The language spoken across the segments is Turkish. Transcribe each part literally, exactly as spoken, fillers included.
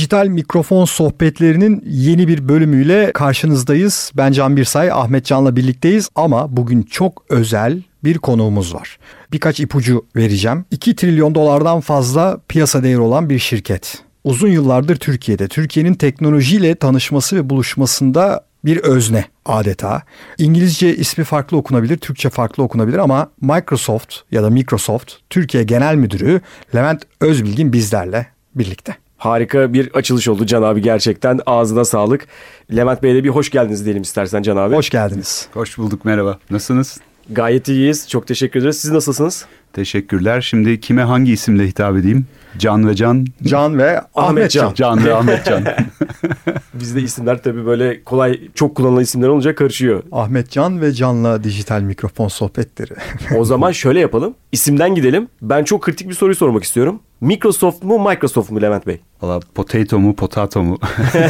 Dijital Mikrofon Sohbetlerinin yeni bir bölümüyle karşınızdayız. Ben Can Birsay, Ahmet Can'la birlikteyiz ama bugün çok özel bir konuğumuz var. Birkaç ipucu vereceğim. iki trilyon dolardan fazla piyasa değeri olan bir şirket. Uzun yıllardır Türkiye'de, Türkiye'nin teknolojiyle tanışması ve buluşmasında bir özne adeta. İngilizce ismi farklı okunabilir, Türkçe farklı okunabilir ama Microsoft ya da Microsoft Türkiye Genel Müdürü Levent Özbilgin bizlerle birlikte. Harika bir açılış oldu Can abi, gerçekten ağzına sağlık. Levent Bey'e de bir hoş geldiniz diyelim istersen Can abi. Hoş geldiniz. Hoş bulduk, merhaba. Nasılsınız? Gayet iyiyiz, çok teşekkür ederiz. Siz nasılsınız? Teşekkürler. Şimdi kime hangi isimle hitap edeyim? Can ve Can. Can ve Ahmet Can. Can ve Ahmet Can. Bizde isimler tabii böyle kolay, çok kullanılan isimler olunca karışıyor. Ahmet Can ve Can'la dijital mikrofon sohbetleri. O zaman şöyle yapalım. İsimden gidelim. Ben çok kritik bir soruyu sormak istiyorum. Microsoft mu Microsoft mu Levent Bey? Valla potato mu potato mu?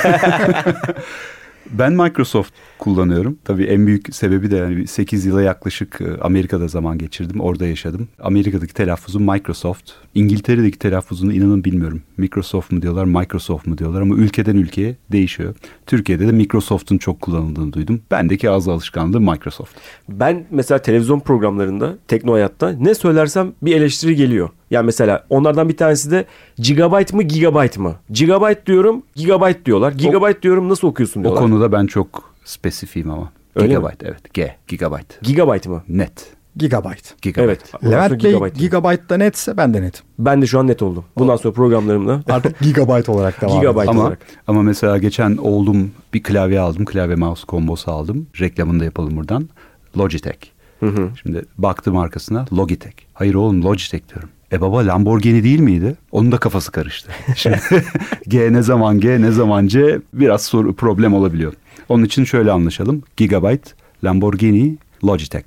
Ben Microsoft kullanıyorum. Tabii en büyük sebebi de yani sekiz yıla yaklaşık Amerika'da zaman geçirdim. Orada yaşadım. Amerika'daki telaffuzum Microsoft. İngiltere'deki telaffuzunu inanın bilmiyorum. Microsoft mu diyorlar, Microsoft mu diyorlar ama ülkeden ülkeye değişiyor. Türkiye'de de Microsoft'un çok kullanıldığını duydum. Bendeki ağız alışkanlığı Microsoft. Ben mesela televizyon programlarında, Tekno Hayat'ta ne söylersem bir eleştiri geliyor. Yani mesela onlardan bir tanesi de gigabyte mı gigabyte mı? Gigabyte diyorum, gigabyte diyorlar. Gigabyte o, diyorum, nasıl okuyorsun diyorlar. O konuda ben çok spesifiyim ama. Öyle gigabyte mi? Evet. G. Gigabyte. Gigabyte mı? Net. Gigabyte. Gigabyte. Evet. Levent Bey gigabyte'da netse ben de netim. Ben de şu an net oldum. Bundan sonra programlarımda artık gigabyte olarak devam ediyor. Gigabyte ama, olarak. Ama mesela geçen oğlum bir klavye aldım. Klavye mouse kombosu aldım. Reklamını da yapalım buradan. Logitech. Hı hı. Şimdi baktım arkasına Logitech. Hayır oğlum Logitech diyorum. E baba Lamborghini değil miydi? Onun da kafası karıştı. Şimdi G ne zaman G ne zaman C biraz soru problem olabiliyor. Onun için şöyle anlaşalım. Gigabyte, Lamborghini, Logitech.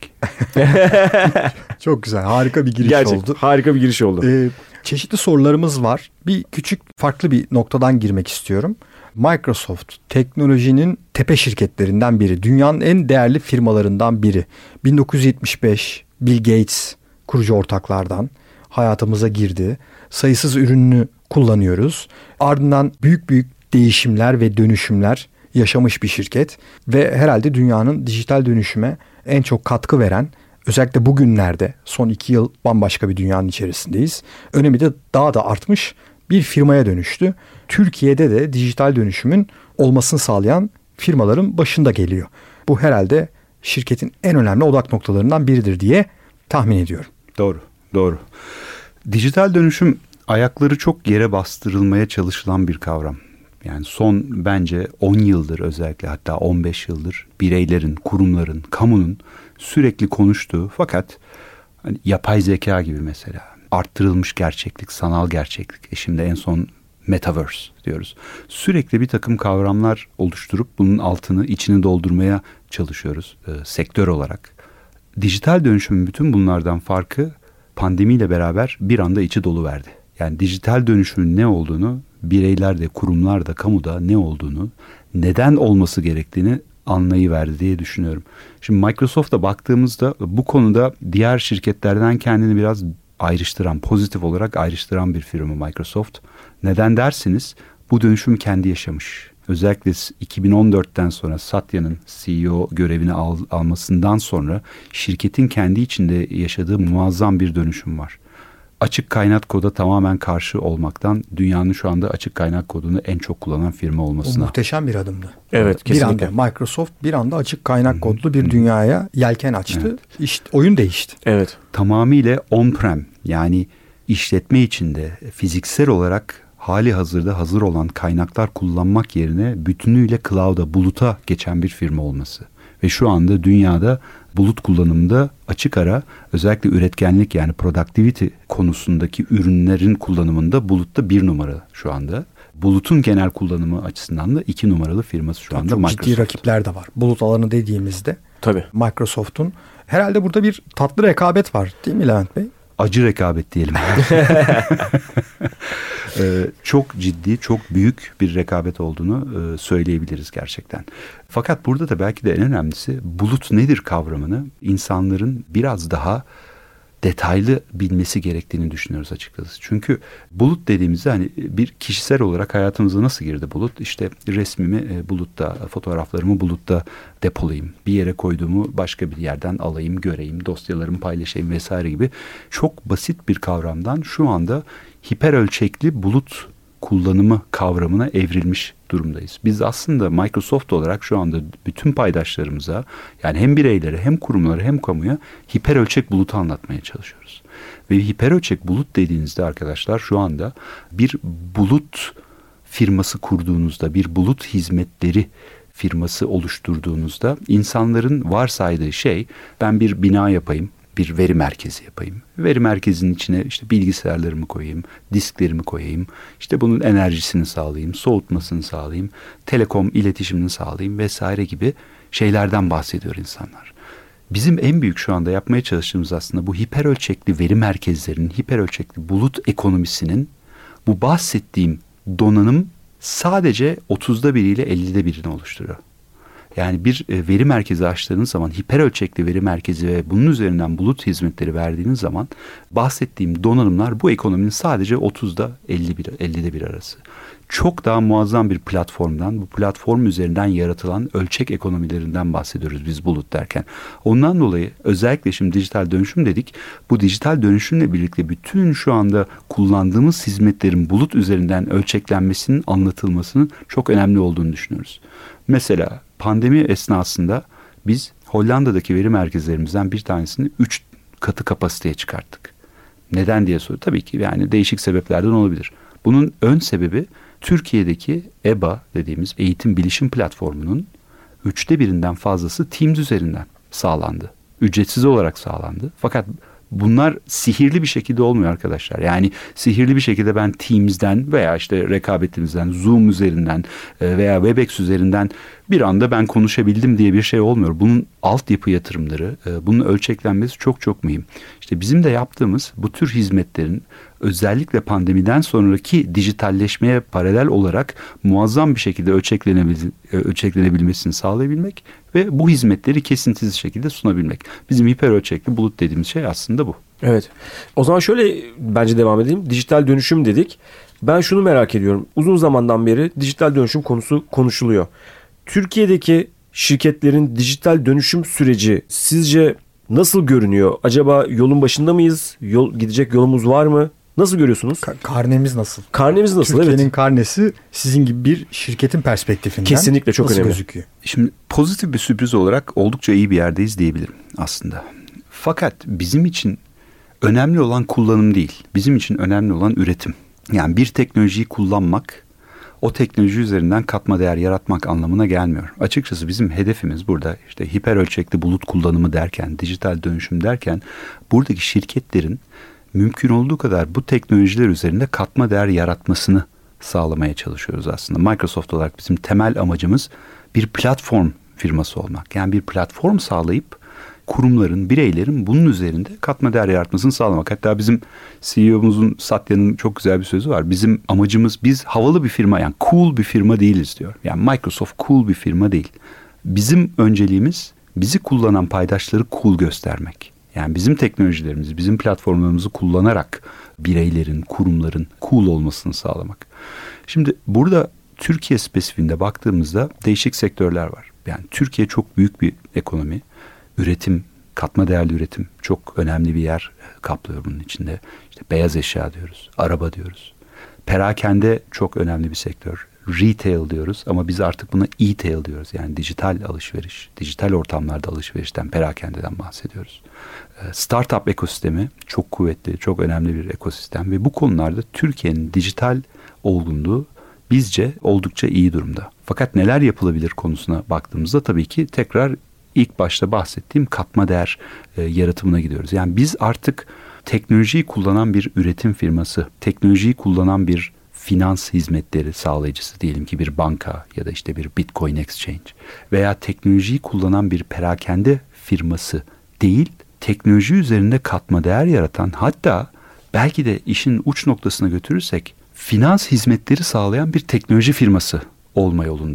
Çok güzel, harika bir giriş Gerçek, oldu. harika bir giriş oldu. Ee, çeşitli sorularımız var. Bir küçük farklı bir noktadan girmek istiyorum. Microsoft teknolojinin tepe şirketlerinden biri. Dünyanın en değerli firmalarından biri. bin dokuz yüz yetmiş beş Bill Gates kurucu ortaklardan hayatımıza girdi. Sayısız ürününü kullanıyoruz. Ardından büyük büyük değişimler ve dönüşümler yaşamış bir şirket. Ve herhalde dünyanın dijital dönüşüme en çok katkı veren, özellikle bugünlerde son iki yıl bambaşka bir dünyanın içerisindeyiz. Önemi de daha da artmış bir firmaya dönüştü. Türkiye'de de dijital dönüşümün olmasını sağlayan firmaların başında geliyor. Bu herhalde şirketin en önemli odak noktalarından biridir diye tahmin ediyorum. Doğru, doğru. Dijital dönüşüm ayakları çok yere bastırılmaya çalışılan bir kavram. Yani son bence on yıldır, özellikle hatta on beş yıldır bireylerin, kurumların, kamunun sürekli konuştuğu, fakat hani yapay zeka gibi mesela arttırılmış gerçeklik, sanal gerçeklik, e şimdi en son metaverse diyoruz. Sürekli bir takım kavramlar oluşturup bunun altını, içini doldurmaya çalışıyoruz e, sektör olarak. Dijital dönüşümün bütün bunlardan farkı pandemiyle beraber bir anda içi doluverdi. Yani dijital dönüşümün ne olduğunu, bireyler de, kurumlar da, kamuda ne olduğunu, neden olması gerektiğini anlayıverdi diye düşünüyorum. Şimdi Microsoft'a baktığımızda bu konuda diğer şirketlerden kendini biraz ayrıştıran, pozitif olarak ayrıştıran bir firma Microsoft. Neden dersiniz? Bu dönüşümü kendi yaşamış. Özellikle iki bin on dörtten sonra Satya'nın C E O görevini al, almasından sonra şirketin kendi içinde yaşadığı muazzam bir dönüşüm var. Açık kaynak koda tamamen karşı olmaktan dünyanın şu anda açık kaynak kodunu en çok kullanan firma olmasına. O muhteşem bir adımdı. Evet, kesinlikle. Bir anda Microsoft bir anda açık kaynak kodlu bir dünyaya yelken açtı. Evet. İşte oyun değişti. Evet. Tamamıyla on-prem, yani işletme içinde fiziksel olarak hali hazırda hazır olan kaynaklar kullanmak yerine bütünüyle cloud'a, buluta geçen bir firma olması. Ve şu anda dünyada bulut kullanımında açık ara, özellikle üretkenlik yani productivity konusundaki ürünlerin kullanımında bulutta bir numara şu anda. Bulutun genel kullanımı açısından da iki numaralı firması şu anda çok Microsoft. Ciddi rakipler de var. Bulut alanı dediğimizde tabii Microsoft'un herhalde burada bir tatlı rekabet var, değil mi Levent Bey? Acı rekabet diyelim. ee, çok ciddi, çok büyük bir rekabet olduğunu e, söyleyebiliriz gerçekten. Fakat burada da belki de en önemlisi bulut nedir kavramını insanların biraz daha detaylı bilmesi gerektiğini düşünüyoruz açıkçası. Çünkü bulut dediğimizde hani bir kişisel olarak hayatımıza nasıl girdi bulut? İşte resmimi bulutta, fotoğraflarımı bulutta depolayayım. Bir yere koyduğumu başka bir yerden alayım, göreyim, dosyalarımı paylaşayım vesaire gibi çok basit bir kavramdan şu anda hiper ölçekli bulut kullanımı kavramına evrilmiş durumdayız. Biz aslında Microsoft olarak şu anda bütün paydaşlarımıza, yani hem bireylere hem kurumlara hem kamuya hiper ölçek bulutu anlatmaya çalışıyoruz. Ve hiper ölçek bulut dediğinizde arkadaşlar şu anda bir bulut firması kurduğunuzda, bir bulut hizmetleri firması oluşturduğunuzda insanların varsaydığı şey, ben bir bina yapayım, bir veri merkezi yapayım. Veri merkezinin içine işte bilgisayarlarımı koyayım, disklerimi koyayım, işte bunun enerjisini sağlayayım, soğutmasını sağlayayım, telekom iletişimini sağlayayım vesaire gibi şeylerden bahsediyor insanlar. Bizim en büyük şu anda yapmaya çalıştığımız aslında bu hiper ölçekli veri merkezlerinin, hiper ölçekli bulut ekonomisinin bu bahsettiğim donanım sadece otuzda biriyle ellide birini oluşturuyor. Yani bir veri merkezi açtığınız zaman, hiper ölçekli veri merkezi ve bunun üzerinden bulut hizmetleri verdiğiniz zaman bahsettiğim donanımlar bu ekonominin sadece otuzda ellide bir arası. Çok daha muazzam bir platformdan, bu platform üzerinden yaratılan ölçek ekonomilerinden bahsediyoruz biz bulut derken. Ondan dolayı özellikle şimdi dijital dönüşüm dedik. Bu dijital dönüşümle birlikte bütün şu anda kullandığımız hizmetlerin bulut üzerinden ölçeklenmesinin, anlatılmasının çok önemli olduğunu düşünüyoruz. Mesela pandemi esnasında biz Hollanda'daki veri merkezlerimizden bir tanesini üç katı kapasiteye çıkarttık. Neden diye soruyor. Tabii ki yani değişik sebeplerden olabilir. Bunun ön sebebi Türkiye'deki E B A dediğimiz eğitim bilişim platformunun üçte birinden fazlası Teams üzerinden sağlandı. Ücretsiz olarak sağlandı. Fakat bunlar sihirli bir şekilde olmuyor arkadaşlar. Yani sihirli bir şekilde ben Teams'den veya işte rekabetimizden, Zoom üzerinden veya Webex üzerinden bir anda ben konuşabildim diye bir şey olmuyor. Bunun altyapı yatırımları, bunun ölçeklenmesi çok çok mühim. İşte bizim de yaptığımız bu tür hizmetlerin özellikle pandemiden sonraki dijitalleşmeye paralel olarak muazzam bir şekilde ölçeklenebil- ölçeklenebilmesini sağlayabilmek ve bu hizmetleri kesintisiz şekilde sunabilmek. Bizim hiper ölçekli bulut dediğimiz şey aslında bu. Evet. O zaman şöyle bence devam edelim. Dijital dönüşüm dedik. Ben şunu merak ediyorum. Uzun zamandan beri dijital dönüşüm konusu konuşuluyor. Türkiye'deki şirketlerin dijital dönüşüm süreci sizce nasıl görünüyor? Acaba yolun başında mıyız? Yol, gidecek yolumuz var mı? Nasıl görüyorsunuz? Ka- karnemiz nasıl? Karnemiz nasıl? Türkiye'nin evet. karnesi sizin gibi bir şirketin perspektifinden kesinlikle çok nasıl önemli gözüküyor? Şimdi pozitif bir sürpriz olarak oldukça iyi bir yerdeyiz diyebilirim aslında. Fakat bizim için önemli olan kullanım değil. Bizim için önemli olan üretim. Yani bir teknolojiyi kullanmak, o teknoloji üzerinden katma değer yaratmak anlamına gelmiyor. Açıkçası bizim hedefimiz burada işte hiper ölçekli bulut kullanımı derken, dijital dönüşüm derken buradaki şirketlerin mümkün olduğu kadar bu teknolojiler üzerinde katma değer yaratmasını sağlamaya çalışıyoruz aslında. Microsoft olarak bizim temel amacımız bir platform firması olmak. Yani bir platform sağlayıp kurumların, bireylerin bunun üzerinde katma değer yaratmasını sağlamak. Hatta bizim C E O'muzun Satya'nın çok güzel bir sözü var. Bizim amacımız, biz havalı bir firma, yani cool bir firma değiliz diyor. Yani Microsoft cool bir firma değil. Bizim önceliğimiz bizi kullanan paydaşları cool göstermek. Yani bizim teknolojilerimizi, bizim platformlarımızı kullanarak bireylerin, kurumların cool olmasını sağlamak. Şimdi burada Türkiye spesifiğinde baktığımızda değişik sektörler var. Yani Türkiye çok büyük bir ekonomi. Üretim, katma değerli üretim çok önemli bir yer kaplıyor bunun içinde. İşte beyaz eşya diyoruz, araba diyoruz. Perakende çok önemli bir sektör. Retail diyoruz ama biz artık buna e-tail diyoruz. Yani dijital alışveriş, dijital ortamlarda alışverişten, perakendeden bahsediyoruz. Startup ekosistemi çok kuvvetli, çok önemli bir ekosistem ve bu konularda Türkiye'nin dijital olgunluğu bizce oldukça iyi durumda. Fakat neler yapılabilir konusuna baktığımızda tabii ki tekrar ilk başta bahsettiğim katma değer e, yaratımına gidiyoruz. Yani biz artık teknolojiyi kullanan bir üretim firması, teknolojiyi kullanan bir finans hizmetleri sağlayıcısı, diyelim ki bir banka ya da işte bir Bitcoin exchange veya teknolojiyi kullanan bir perakende firması değil, teknoloji üzerinde katma değer yaratan, hatta belki de işin uç noktasına götürürsek finans hizmetleri sağlayan bir teknoloji firması olma yolunda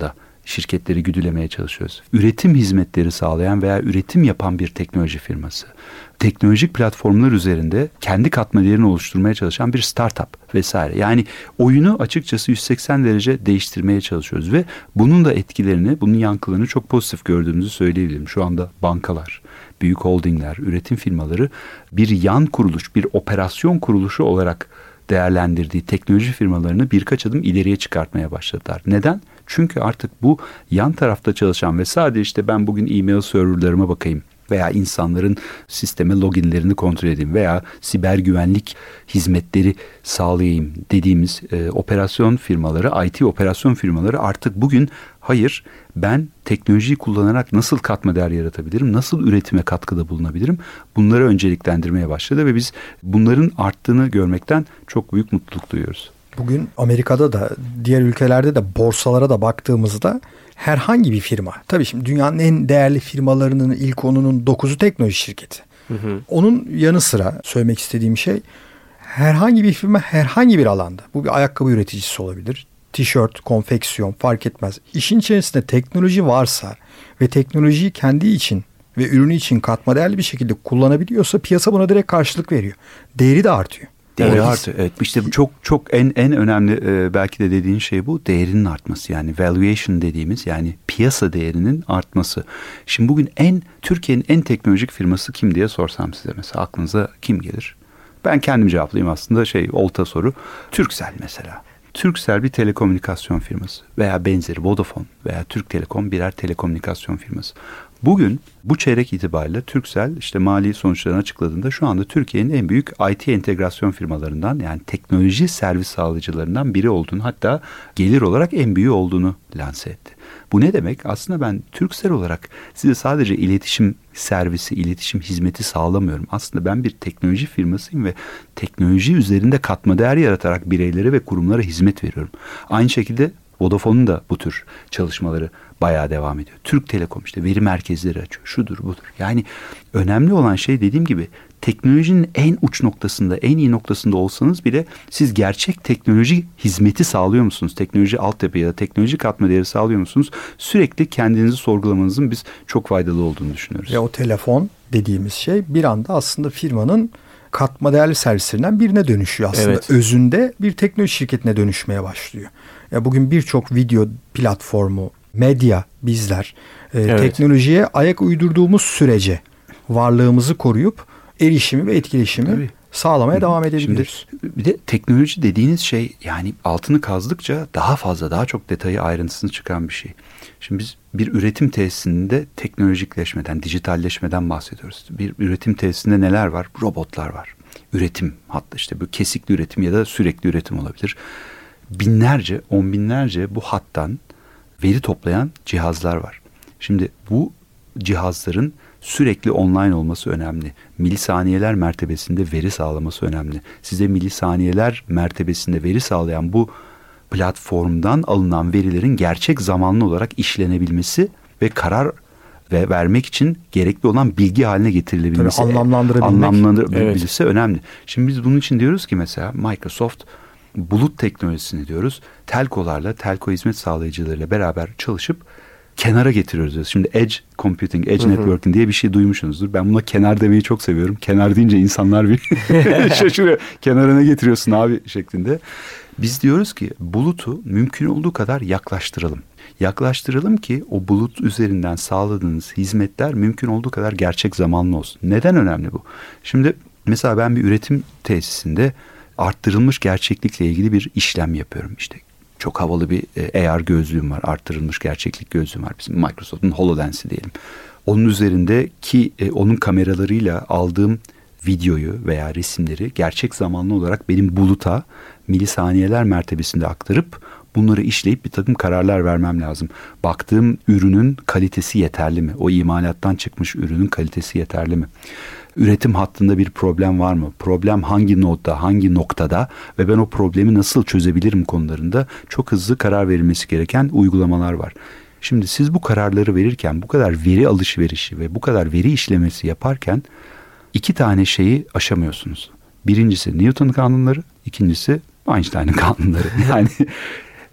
şirketleri güdülemeye çalışıyoruz. Üretim hizmetleri sağlayan veya üretim yapan bir teknoloji firması. Teknolojik platformlar üzerinde kendi katma değerini oluşturmaya çalışan bir startup vesaire. Yani oyunu açıkçası yüz seksen derece değiştirmeye çalışıyoruz ve bunun da etkilerini, bunun yankılarını çok pozitif gördüğümüzü söyleyebilirim. Şu anda bankalar, büyük holdingler, üretim firmaları bir yan kuruluş, bir operasyon kuruluşu olarak değerlendirdiği teknoloji firmalarını birkaç adım ileriye çıkartmaya başladılar. Neden? Çünkü artık bu yan tarafta çalışan ve sadece işte ben bugün e-mail serverlarıma bakayım veya insanların sisteme loginlerini kontrol edeyim veya siber güvenlik hizmetleri sağlayayım dediğimiz e, operasyon firmaları, I T operasyon firmaları artık bugün hayır, ben teknolojiyi kullanarak nasıl katma değer yaratabilirim, nasıl üretime katkıda bulunabilirim, bunları önceliklendirmeye başladı ve biz bunların arttığını görmekten çok büyük mutluluk duyuyoruz. Bugün Amerika'da da diğer ülkelerde de borsalara da baktığımızda herhangi bir firma, tabii şimdi dünyanın en değerli firmalarının ilk onunun dokuzu teknoloji şirketi. Hı hı. Onun yanı sıra söylemek istediğim şey, herhangi bir firma herhangi bir alanda, bu bir ayakkabı üreticisi olabilir, tişört, konfeksiyon fark etmez. İşin içerisinde teknoloji varsa ve teknolojiyi kendi için ve ürünü için katma değerli bir şekilde kullanabiliyorsa piyasa buna direkt karşılık veriyor. Değeri de artıyor. Değeri evet. artıyor. Evet, işte bu çok çok en en önemli e, belki de dediğin şey bu, değerinin artması, yani valuation dediğimiz, yani piyasa değerinin artması. Şimdi bugün en Türkiye'nin en teknolojik firması kim diye sorsam size, mesela aklınıza kim gelir? Ben kendim cevaplayayım aslında, şey olta soru. Turkcell mesela. Turkcell bir telekomünikasyon firması veya benzeri, Vodafone veya Türk Telekom birer telekomünikasyon firması. Bugün bu çeyrek itibariyle Turkcell işte mali sonuçlarını açıkladığında şu anda Türkiye'nin en büyük I T entegrasyon firmalarından, yani teknoloji servis sağlayıcılarından biri olduğunu, hatta gelir olarak en büyüğü olduğunu lanse etti. Bu ne demek? Aslında ben Turkcell olarak size sadece iletişim servisi, iletişim hizmeti sağlamıyorum. Aslında ben bir teknoloji firmasıyım ve teknoloji üzerinde katma değer yaratarak bireylere ve kurumlara hizmet veriyorum. Aynı şekilde Vodafone'un da bu tür çalışmaları bayağı devam ediyor. Türk Telekom işte veri merkezleri açıyor. Şudur budur. Yani önemli olan şey, dediğim gibi, teknolojinin en uç noktasında, en iyi noktasında olsanız bile siz gerçek teknoloji hizmeti sağlıyor musunuz? Teknoloji altyapı ya da teknoloji katma değeri sağlıyor musunuz? Sürekli kendinizi sorgulamanızın biz çok faydalı olduğunu düşünüyoruz. Ya o telefon dediğimiz şey bir anda aslında firmanın katma değerli servislerinden birine dönüşüyor aslında. Evet. Özünde bir teknoloji şirketine dönüşmeye başlıyor. Ya bugün birçok video platformu, medya, bizler e, evet. teknolojiye ayak uydurduğumuz sürece varlığımızı koruyup erişimi ve etkileşimi Tabii. sağlamaya devam edebiliriz. Şimdi bir de teknoloji dediğiniz şey, yani altını kazdıkça daha fazla, daha çok detayı, ayrıntısını çıkan bir şey. Şimdi biz bir üretim tesisinde teknolojikleşmeden, dijitalleşmeden bahsediyoruz. Bir üretim tesisinde neler var? Robotlar var. Üretim hatta işte bu kesikli üretim ya da sürekli üretim olabilir. Binlerce, on binlerce bu hattan veri toplayan cihazlar var. Şimdi bu cihazların sürekli online olması önemli. Milisaniyeler mertebesinde veri sağlaması önemli. Size milisaniyeler mertebesinde veri sağlayan bu platformdan alınan verilerin gerçek zamanlı olarak işlenebilmesi ve karar ve vermek için gerekli olan bilgi haline getirilebilmesi, Tabii anlamlandırabilmek, anlamlandırabilmesi evet. önemli. Şimdi biz bunun için diyoruz ki mesela Microsoft bulut teknolojisini diyoruz, telkolarla, telko hizmet sağlayıcılarıyla beraber çalışıp kenara getiriyoruz. Şimdi edge computing, edge hı hı. networking diye bir şey duymuşsunuzdur. Ben buna kenar demeyi çok seviyorum. Kenar deyince insanlar bir şaşırıyor. Kenara ne getiriyorsun abi şeklinde. Biz diyoruz ki bulutu mümkün olduğu kadar yaklaştıralım. Yaklaştıralım ki o bulut üzerinden sağladığınız hizmetler mümkün olduğu kadar gerçek zamanlı olsun. Neden önemli bu? Şimdi mesela ben bir üretim tesisinde arttırılmış gerçeklikle ilgili bir işlem yapıyorum. İşte çok havalı bir A R gözlüğüm var. Arttırılmış gerçeklik gözlüğüm var. Bizim Microsoft'un HoloLens'i diyelim. Onun üzerindeki onun kameralarıyla aldığım videoyu veya resimleri gerçek zamanlı olarak benim buluta milisaniyeler mertebesinde aktarıp bunları işleyip bir takım kararlar vermem lazım. Baktığım ürünün kalitesi yeterli mi? O imalattan çıkmış ürünün kalitesi yeterli mi? Üretim hattında bir problem var mı? Problem hangi nodda, hangi noktada ve ben o problemi nasıl çözebilirim konularında çok hızlı karar verilmesi gereken uygulamalar var. Şimdi siz bu kararları verirken, bu kadar veri alışverişi ve bu kadar veri işlemesi yaparken iki tane şeyi aşamıyorsunuz. Birincisi Newton kanunları, ikincisi Einstein'ın kanunları. Yani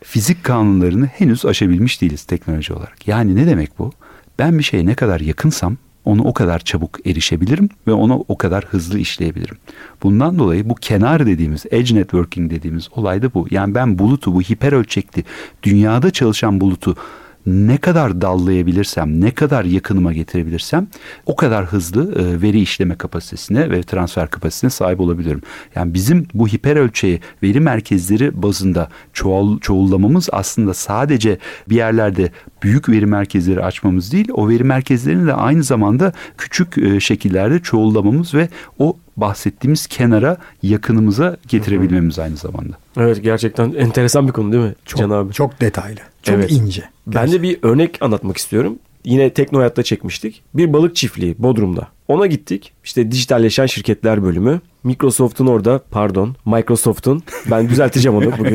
fizik kanunlarını henüz aşabilmiş değiliz teknoloji olarak. Yani ne demek bu? Ben bir şeye ne kadar yakınsam onu o kadar çabuk erişebilirim ve onu o kadar hızlı işleyebilirim. Bundan dolayı bu kenar dediğimiz, edge networking dediğimiz olay da bu. Yani ben bulutu, bu hiper ölçekli dünyada çalışan bulutu ne kadar dallayabilirsem, ne kadar yakınıma getirebilirsem o kadar hızlı e, veri işleme kapasitesine ve transfer kapasitesine sahip olabiliyorum. Yani bizim bu hiper ölçeği veri merkezleri bazında çoğul, çoğullamamız aslında sadece bir yerlerde büyük veri merkezleri açmamız değil, o veri merkezlerini de aynı zamanda küçük e, şekillerde çoğullamamız ve o bahsettiğimiz kenara yakınımıza getirebilmemiz aynı zamanda. Evet, gerçekten enteresan bir konu değil mi çok, Can abi? Çok detaylı, çok evet. ince. Ben de bir örnek anlatmak istiyorum. Yine Tekno Hayat'ta çekmiştik. Bir balık çiftliği Bodrum'da. Ona gittik. İşte dijitalleşen şirketler bölümü. Microsoft'un orada, pardon Microsoft'un, ben düzelteceğim onu bugün.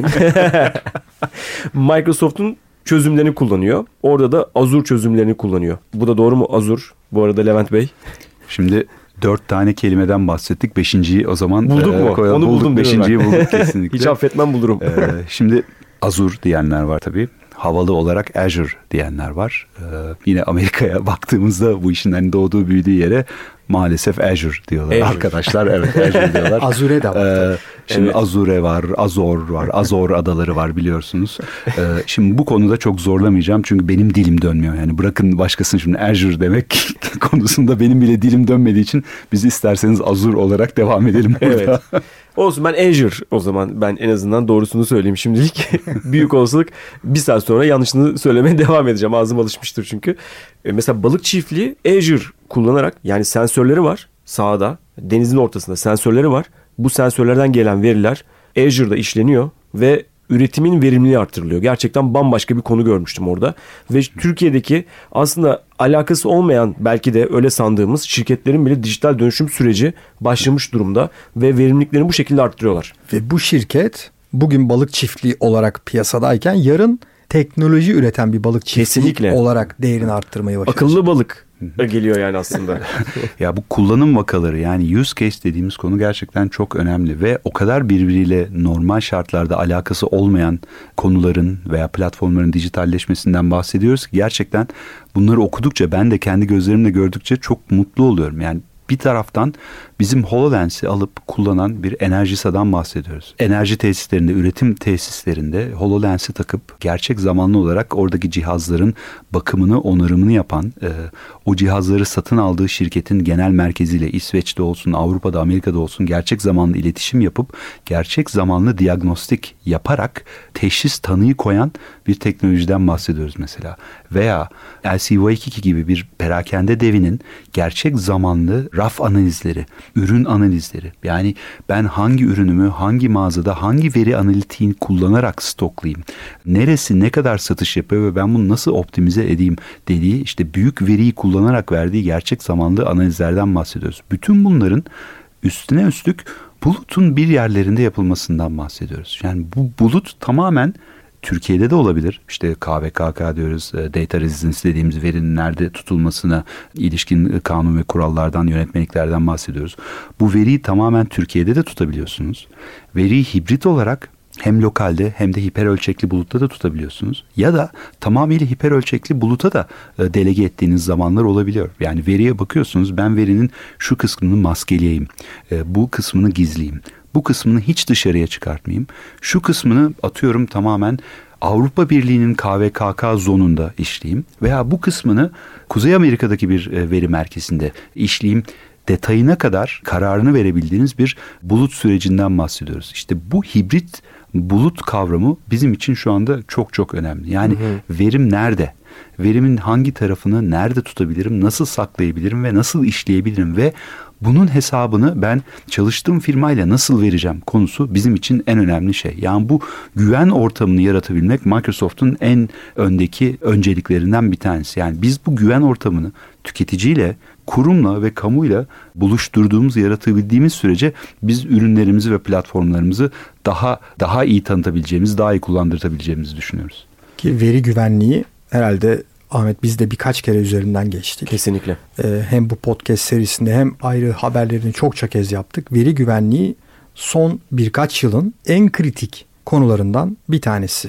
Microsoft'un çözümlerini kullanıyor. Orada da Azure çözümlerini kullanıyor. Bu da doğru mu Azure? Bu arada Levent Bey. Şimdi dört tane kelimeden bahsettik. Beşinciyi o zaman bulduk e, mu? Koyalım. Onu bulduk. buldum. Beşinciyi bulduk kesinlikle. Hiç affetmem, bulurum. E, şimdi Azure diyenler var tabii. Havalı olarak Azure diyenler var. Ee, yine Amerika'ya baktığımızda bu işin hani doğduğu büyüdüğü yere maalesef Azure diyorlar. Azure. Arkadaşlar evet Azure diyorlar. Azure de var. Ee, şimdi evet. Azure var, Azor var, Azor adaları var biliyorsunuz. Ee, şimdi bu konuda çok zorlamayacağım çünkü benim dilim dönmüyor. Yani bırakın başkasının şimdi Azure demek konusunda benim bile dilim dönmediği için biz isterseniz Azure olarak devam edelim burada. Evet. Olsun, ben Azure o zaman, ben en azından doğrusunu söyleyeyim şimdilik. Büyük olasılık bir saat sonra yanlışını söylemeye devam edeceğim. Ağzım alışmıştır çünkü. E mesela balık çiftliği Azure kullanarak, yani sensörleri var sahada, denizin ortasında sensörleri var. Bu sensörlerden gelen veriler Azure'da işleniyor ve üretimin verimliliği artırılıyor. Gerçekten bambaşka bir konu görmüştüm orada. Ve Türkiye'deki aslında alakası olmayan, belki de öyle sandığımız şirketlerin bile dijital dönüşüm süreci başlamış durumda ve verimliliklerini bu şekilde arttırıyorlar. Ve bu şirket bugün balık çiftliği olarak piyasadayken yarın teknoloji üreten bir balık çiftliği Kesinlikle. olarak değerini arttırmayı başaracak. Akıllı balık geliyor yani aslında. Ya bu kullanım vakaları, yani use case dediğimiz konu gerçekten çok önemli ve o kadar birbiriyle normal şartlarda alakası olmayan konuların veya platformların dijitalleşmesinden bahsediyoruz ki gerçekten bunları okudukça, ben de kendi gözlerimle gördükçe çok mutlu oluyorum. Yani bir taraftan bizim HoloLens'i alıp kullanan bir Enerjisa'dan bahsediyoruz. Enerji tesislerinde, üretim tesislerinde HoloLens'i takıp gerçek zamanlı olarak oradaki cihazların bakımını, onarımını yapan, e, o cihazları satın aldığı şirketin genel merkeziyle İsveç'te olsun, Avrupa'da, Amerika'da olsun gerçek zamanlı iletişim yapıp gerçek zamanlı diagnostik yaparak teşhis tanıyı koyan bir teknolojiden bahsediyoruz mesela. Veya L C V iki gibi bir perakende devinin gerçek zamanlı raf analizleri, ürün analizleri. Yani ben hangi ürünümü hangi mağazada hangi veri analitiğini kullanarak stoklayayım, neresi ne kadar satış yapıyor ve ben bunu nasıl optimize edeyim dediği, işte büyük veriyi kullanarak verdiği gerçek zamanlı analizlerden bahsediyoruz. Bütün bunların üstüne üstlük bulutun bir yerlerinde yapılmasından bahsediyoruz. Yani bu bulut tamamen Türkiye'de de olabilir. İşte K V K K diyoruz. Data Resilience dediğimiz verinin nerede tutulmasına ilişkin kanun ve kurallardan, yönetmeliklerden bahsediyoruz. Bu veriyi tamamen Türkiye'de de tutabiliyorsunuz. Veriyi hibrit olarak hem lokalde hem de hiper ölçekli bulutta da tutabiliyorsunuz. Ya da tamamıyla hiper ölçekli buluta da delege ettiğiniz zamanlar olabiliyor. Yani veriye bakıyorsunuz, ben verinin şu kısmını maskeleyeyim, bu kısmını gizleyeyim. Bu kısmını hiç dışarıya çıkartmayayım. Şu kısmını atıyorum tamamen Avrupa Birliği'nin K V K K zonunda işleyeyim. Veya bu kısmını Kuzey Amerika'daki bir veri merkezinde işleyeyim. Detayına kadar kararını verebildiğiniz bir bulut sürecinden bahsediyoruz. İşte bu hibrit bulut kavramı bizim için şu anda çok çok önemli. Yani hı hı. verim nerede? Verimin hangi tarafını nerede tutabilirim? Nasıl saklayabilirim ve nasıl işleyebilirim? Ve bunun hesabını ben çalıştığım firmayla nasıl vereceğim konusu bizim için en önemli şey. Yani bu güven ortamını yaratabilmek Microsoft'un en öndeki önceliklerinden bir tanesi. Yani biz bu güven ortamını tüketiciyle, kurumla ve kamuyla buluşturduğumuz, yaratabildiğimiz sürece biz ürünlerimizi ve platformlarımızı daha daha iyi tanıtabileceğimiz, daha iyi kullandırtabileceğimizi düşünüyoruz. Ki veri güvenliği herhalde Ahmet biz de birkaç kere üzerinden geçtik. Kesinlikle. Ee, hem bu podcast serisinde hem ayrı haberlerini çokça kez yaptık. Veri güvenliği son birkaç yılın en kritik konularından bir tanesi.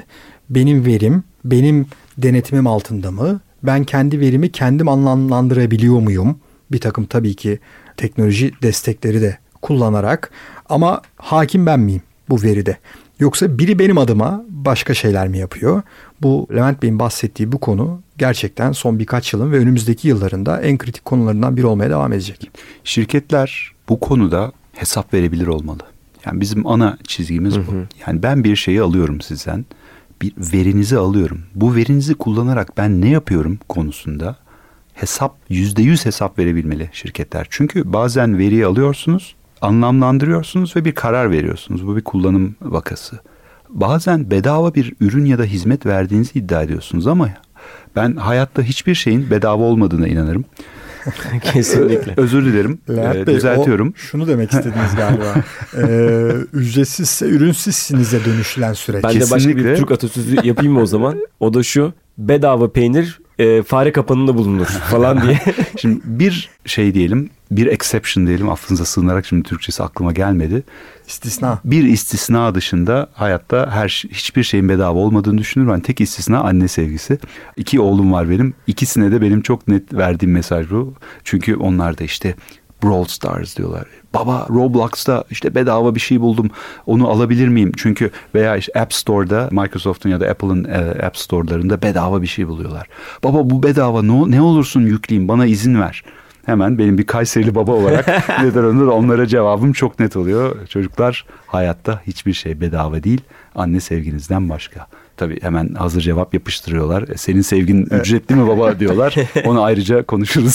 benim verim benim denetimim altında mı? Ben kendi verimi kendim anlamlandırabiliyor muyum? Bir takım tabii ki teknoloji destekleri de kullanarak, ama hakim ben miyim bu veride? Yoksa biri benim adıma başka şeyler mi yapıyor? Bu Levent Bey'in bahsettiği bu konu gerçekten son birkaç yılın ve önümüzdeki yıllarında en kritik konularından biri olmaya devam edecek. Şirketler bu konuda hesap verebilir olmalı. Yani bizim ana çizgimiz bu. Hı hı. Yani ben bir şeyi alıyorum sizden. Bir verinizi alıyorum. Bu verinizi kullanarak ben ne yapıyorum konusunda hesap, yüzde yüz hesap verebilmeli şirketler. Çünkü bazen veriyi alıyorsunuz, anlamlandırıyorsunuz ve bir karar veriyorsunuz. Bu bir kullanım vakası. Bazen bedava bir ürün ya da hizmet verdiğinizi iddia ediyorsunuz ama ben hayatta hiçbir şeyin bedava olmadığına inanırım. Kesinlikle. Özür dilerim. Levent ee, Bey, düzeltiyorum. O, şunu demek istediniz galiba. ee, ücretsizse ürünsüzsinize dönüşülen süreç. Ben Kesinlikle. de başka bir Türk atasözü yapayım mı o zaman? O da şu: bedava peynir e, fare kapanında bulunur falan diye. Şimdi bir şey diyelim, bir exception diyelim, affınıza sığınarak, şimdi Türkçesi aklıma gelmedi. İstisna. Bir istisna dışında hayatta her hiçbir şeyin bedava olmadığını düşünürüm. Ben tek istisna anne sevgisi. İki oğlum var benim. İkisine de benim çok net verdiğim mesaj bu. Çünkü onlar da işte Brawl Stars diyorlar. Baba, Roblox'ta işte bedava bir şey buldum. Onu alabilir miyim? Çünkü veya işte App Store'da, Microsoft'un ya da Apple'ın e, App Store'larında bedava bir şey buluyorlar. Baba bu bedava, ne, ne olursun yükleyeyim, bana izin ver. Hemen benim bir Kayserili baba olarak nedir onlar, onlara cevabım çok net oluyor. Çocuklar, hayatta hiçbir şey bedava değil. Anne sevginizden başka. Tabii hemen hazır cevap yapıştırıyorlar. Senin sevgin evet. ücretli mi baba diyorlar. Onu ayrıca konuşuruz.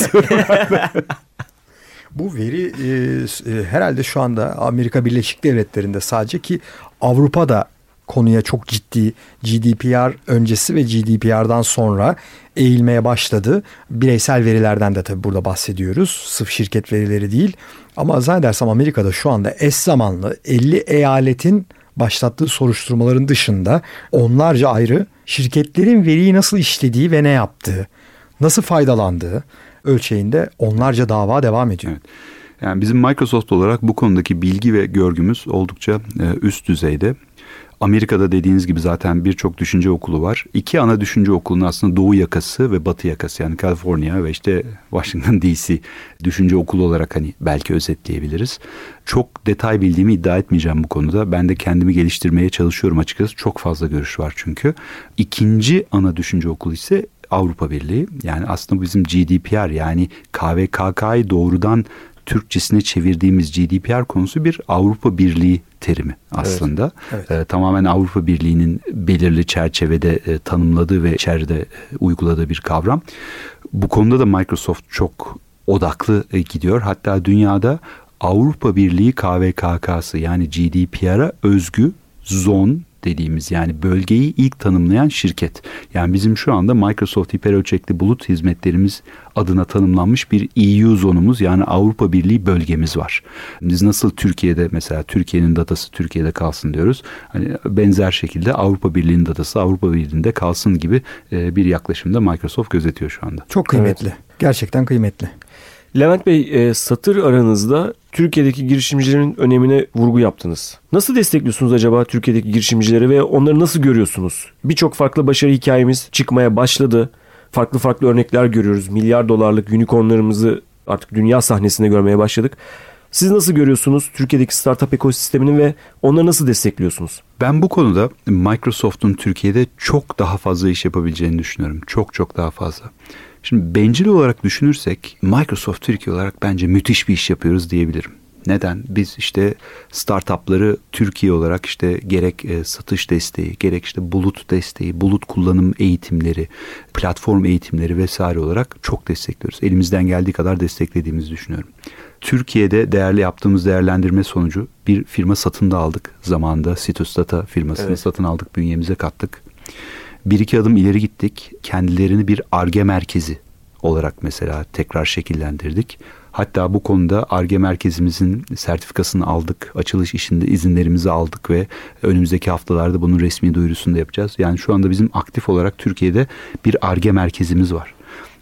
Bu veri e, e, herhalde şu anda Amerika Birleşik Devletleri'nde sadece, ki Avrupa'da konuya çok ciddi G D P R öncesi ve G D P R'dan sonra eğilmeye başladı. Bireysel verilerden de tabii burada bahsediyoruz. Sırf şirket verileri değil. Ama zannedersem Amerika'da şu anda eş zamanlı elli eyaletin başlattığı soruşturmaların dışında onlarca ayrı şirketlerin veriyi nasıl işlediği ve ne yaptığı, nasıl faydalandığı ölçeğinde onlarca dava devam ediyor. Evet. Yani bizim Microsoft olarak bu konudaki bilgi ve görgümüz oldukça üst düzeyde. Amerika'da dediğiniz gibi zaten birçok düşünce okulu var. İki ana düşünce okulunun aslında doğu yakası ve batı yakası, yani California ve işte Washington D C düşünce okulu olarak hani belki özetleyebiliriz. Çok detay bildiğimi iddia etmeyeceğim bu konuda. Ben de kendimi geliştirmeye çalışıyorum açıkçası. Çok fazla görüş var çünkü. İkinci ana düşünce okulu ise Avrupa Birliği. Yani aslında bizim G D P R, yani K V K K'yı doğrudan Türkçesine çevirdiğimiz G D P R konusu bir Avrupa Birliği terimi aslında. Evet, evet. Ee, tamamen Avrupa Birliği'nin belirli çerçevede e, tanımladığı ve içeride e, uyguladığı bir kavram. Bu konuda da Microsoft çok odaklı e, gidiyor. Hatta dünyada Avrupa Birliği K V K K'sı, yani G D P R'a özgü zon dediğimiz, yani bölgeyi ilk tanımlayan şirket. Yani bizim şu anda Microsoft hiperölçekli bulut hizmetlerimiz adına tanımlanmış bir E U zonumuz, yani Avrupa Birliği bölgemiz var. Biz nasıl Türkiye'de mesela Türkiye'nin datası Türkiye'de kalsın diyoruz. Hani benzer şekilde Avrupa Birliği'nin datası Avrupa Birliği'nde kalsın gibi bir yaklaşımda Microsoft gözetiyor şu anda. Çok kıymetli. Evet. Gerçekten kıymetli. Levent Bey, e, satır aranızda Türkiye'deki girişimcilerin önemine vurgu yaptınız. Nasıl destekliyorsunuz acaba Türkiye'deki girişimcileri ve onları nasıl görüyorsunuz? Birçok farklı başarı hikayemiz çıkmaya başladı. Farklı farklı örnekler görüyoruz. Milyar dolarlık unicornlarımızı artık dünya sahnesinde görmeye başladık. Siz nasıl görüyorsunuz Türkiye'deki startup ekosistemini ve onları nasıl destekliyorsunuz? Ben bu konuda Microsoft'un Türkiye'de çok daha fazla iş yapabileceğini düşünüyorum. Çok çok daha fazla. Şimdi bencil olarak düşünürsek Microsoft Türkiye olarak bence müthiş bir iş yapıyoruz diyebilirim. Neden? Biz işte startupları Türkiye olarak işte gerek e, satış desteği, gerek işte bulut desteği, bulut kullanım eğitimleri, platform eğitimleri vesaire olarak çok destekliyoruz. Elimizden geldiği kadar desteklediğimizi düşünüyorum. Türkiye'de değerli yaptığımız değerlendirme sonucu bir firma satın da aldık zamanında. Citus Data firmasını evet. satın aldık, bünyemize kattık. Bir iki adım ileri gittik. Kendilerini bir Ar-Ge merkezi olarak mesela tekrar şekillendirdik. Hatta bu konuda Ar-Ge merkezimizin sertifikasını aldık. Açılış işinde izinlerimizi aldık ve önümüzdeki haftalarda bunun resmi duyurusunu da yapacağız. Yani şu anda bizim aktif olarak Türkiye'de bir Ar-Ge merkezimiz var.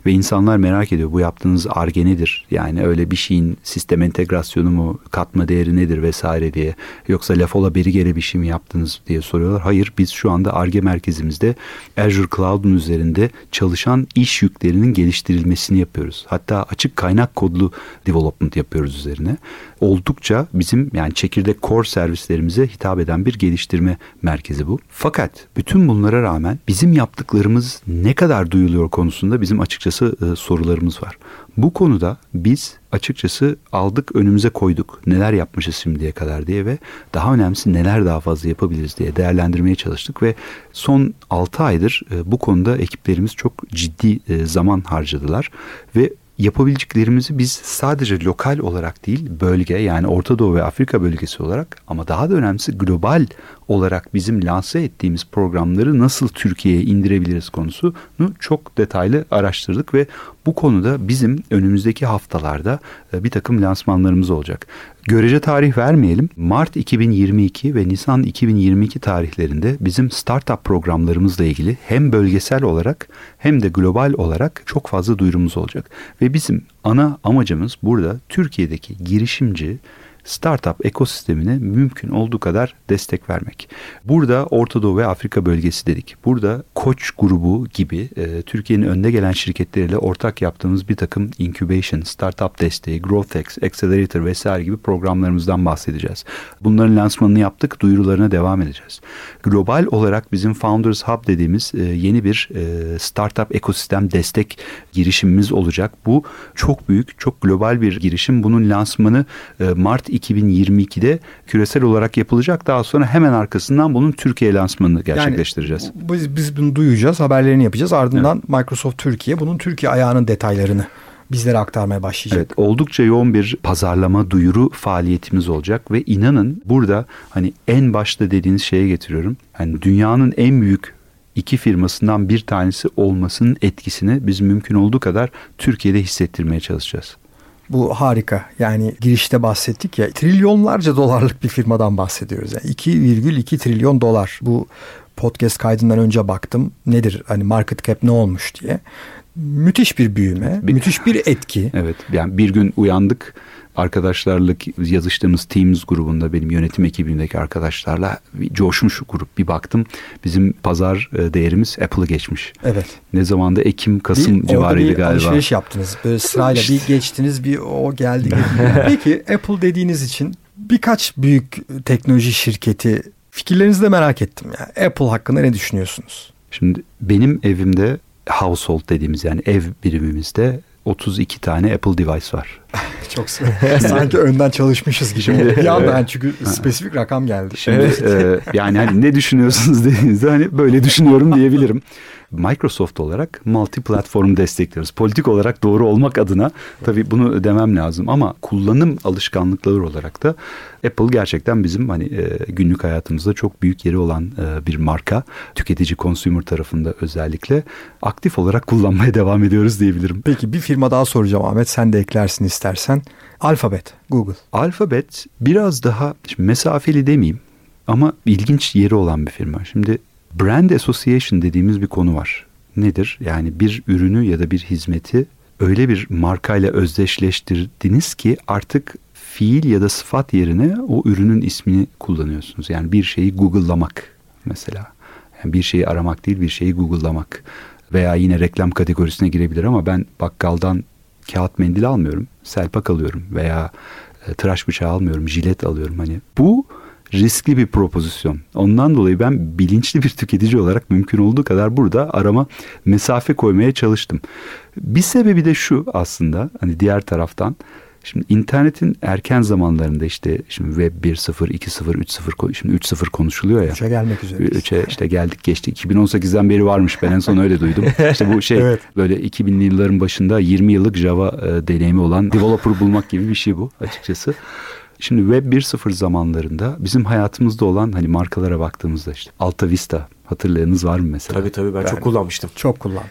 Ve insanlar merak ediyor, bu yaptığınız Ar-Ge nedir? Yani öyle bir şeyin sistem entegrasyonu mu, katma değeri nedir vesaire diye. Yoksa laf ola beri gele bir şey mi yaptınız diye soruyorlar. Hayır, biz şu anda Ar-Ge merkezimizde Azure Cloud'un üzerinde çalışan iş yüklerinin geliştirilmesini yapıyoruz. Hatta açık kaynak kodlu development yapıyoruz üzerine. Oldukça bizim yani çekirdek core servislerimize hitap eden bir geliştirme merkezi bu. Fakat bütün bunlara rağmen bizim yaptıklarımız ne kadar duyuluyor konusunda bizim açıkçası e, sorularımız var. Bu konuda biz açıkçası aldık, önümüze koyduk. Neler yapmışız şimdiye kadar diye ve daha önemlisi neler daha fazla yapabiliriz diye değerlendirmeye çalıştık ve son altı aydır e, bu konuda ekiplerimiz çok ciddi e, zaman harcadılar ve yapabileceklerimizi biz sadece lokal olarak değil, bölge yani Orta Doğu ve Afrika bölgesi olarak ama daha da önemlisi global olarak bizim lanse ettiğimiz programları nasıl Türkiye'ye indirebiliriz konusunu çok detaylı araştırdık ve bu konuda bizim önümüzdeki haftalarda bir takım lansmanlarımız olacak. Görece tarih vermeyelim. Mart iki bin yirmi iki ve Nisan iki bin yirmi iki tarihlerinde bizim startup programlarımızla ilgili hem bölgesel olarak hem de global olarak çok fazla duyurumuz olacak. Ve bizim ana amacımız burada Türkiye'deki girişimci startup ekosistemine mümkün olduğu kadar destek vermek. Burada Orta Doğu ve Afrika bölgesi dedik. Burada Koç grubu gibi e, Türkiye'nin önde gelen şirketleriyle ortak yaptığımız bir takım incubation, startup desteği, GrowthX, Accelerator vesaire gibi programlarımızdan bahsedeceğiz. Bunların lansmanını yaptık, duyurularına devam edeceğiz. Global olarak bizim Founders Hub dediğimiz e, yeni bir e, startup ekosistem destek girişimimiz olacak. Bu çok büyük, çok global bir girişim. Bunun lansmanı e, Mart iki bin yirmi ikide küresel olarak yapılacak. Daha sonra hemen arkasından bunun Türkiye lansmanını gerçekleştireceğiz. Yani biz, biz bunu duyacağız, haberlerini yapacağız. Ardından evet. Microsoft Türkiye bunun Türkiye ayağının detaylarını bizlere aktarmaya başlayacak. Evet, oldukça yoğun bir pazarlama, duyuru faaliyetimiz olacak ve inanın burada hani en başta dediğiniz şeye getiriyorum. Yani dünyanın en büyük iki firmasından bir tanesi olmasının etkisini biz mümkün olduğu kadar Türkiye'de hissettirmeye çalışacağız. Bu harika. Yani girişte bahsettik ya, trilyonlarca dolarlık bir firmadan bahsediyoruz. Yani iki virgül iki trilyon dolar. Bu podcast kaydından önce baktım. Nedir hani market cap ne olmuş diye. Müthiş bir büyüme, bir, müthiş bir etki. Evet, yani bir gün uyandık. Arkadaşlarla yazıştığımız Teams grubunda benim yönetim ekibindeki arkadaşlarla bir coşmuş grup. Bir baktım bizim pazar değerimiz Apple'ı geçmiş. Evet. Ne zaman da Ekim, Kasım bir, civarıydı bir galiba. Alışveriş yaptınız. Böyle sırayla bir geçtiniz, bir o geldi. Peki Apple dediğiniz için birkaç büyük teknoloji şirketi fikirlerinizi de merak ettim. Yani Apple hakkında ne düşünüyorsunuz? Şimdi benim evimde household dediğimiz yani ev birimimizde otuz iki tane Apple device var. Çok sanki önden çalışmışız gibi. Şimdi, bir anda yani çünkü ha. spesifik rakam geldi. Şimdi evet. e, yani hani ne düşünüyorsunuz dediğinizde hani böyle düşünüyorum diyebilirim. Microsoft olarak multi platform destekliyoruz. Politik olarak doğru olmak adına tabii bunu demem lazım ama kullanım alışkanlıkları olarak da Apple gerçekten bizim hani e, günlük hayatımızda çok büyük yeri olan e, bir marka. Tüketici consumer tarafında özellikle aktif olarak kullanmaya devam ediyoruz diyebilirim. Peki bir firma daha soracağım Ahmet, sen de eklersin istersen. Alphabet, Google. Alphabet biraz daha şimdi mesafeli demeyeyim ama ilginç yeri olan bir firma. Şimdi brand association dediğimiz bir konu var. Nedir? Yani bir ürünü ya da bir hizmeti öyle bir markayla özdeşleştirdiniz ki artık fiil ya da sıfat yerine o ürünün ismini kullanıyorsunuz. Yani bir şeyi Google'lamak mesela. Yani bir şeyi aramak değil, bir şeyi Google'lamak. Veya yine reklam kategorisine girebilir ama ben bakkaldan kağıt mendil almıyorum. Selpak alıyorum veya e, tıraş bıçağı almıyorum, jilet alıyorum. Hani bu riskli bir propozisyon. Ondan dolayı ben bilinçli bir tüketici olarak mümkün olduğu kadar burada arama mesafe koymaya çalıştım. Bir sebebi de şu aslında hani diğer taraftan şimdi internetin erken zamanlarında işte şimdi web bir nokta sıfır, iki nokta sıfır, üç nokta sıfır şimdi üç nokta sıfır konuşuluyor ya. üçe gelmek üzere. üçe işte geldik geçtik. iki bin on sekizden beri varmış. Ben en son öyle duydum. İşte bu şey evet. Böyle iki binli yılların başında yirmi yıllık Java e, deneyimi olan developer bulmak gibi bir şey bu açıkçası. Şimdi web bir nokta sıfır zamanlarında bizim hayatımızda olan hani markalara baktığımızda işte Alta Vista hatırlayanınız var mı mesela? Tabii tabii ben, ben çok kullanmıştım. Çok kullandım.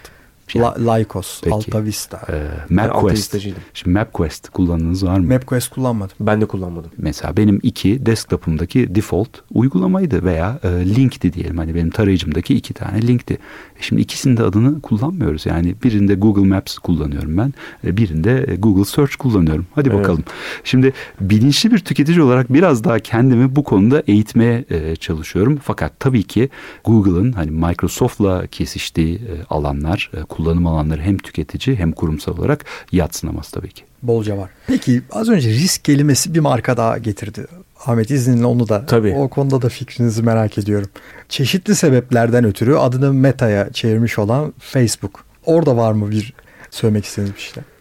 Yani, La- Lycos, peki. Alta Vista. Ee, MapQuest. Şimdi MapQuest kullandığınız var mı? MapQuest kullanmadım. Ben de kullanmadım. Mesela benim iki desktop'umdaki default uygulamaydı veya e, linkti diyelim. Hani benim tarayıcımdaki iki tane linkti. E şimdi ikisinin de adını kullanmıyoruz. Yani birinde Google Maps kullanıyorum ben. E, birinde Google Search kullanıyorum. Hadi evet. bakalım. Şimdi bilinçli bir tüketici olarak biraz daha kendimi bu konuda eğitmeye e, çalışıyorum. Fakat tabii ki Google'ın hani Microsoft'la kesiştiği e, alanlar, e, kullanım alanları hem tüketici hem kurumsal olarak yadsınamaz tabii ki. Bolca var. Peki az önce risk kelimesi bir marka daha getirdi. Ahmet izninle onu da tabii. o konuda da fikrinizi merak ediyorum. Çeşitli sebeplerden ötürü adını Meta'ya çevirmiş olan Facebook. Orada var mı bir söylemek istediğiniz bir şey?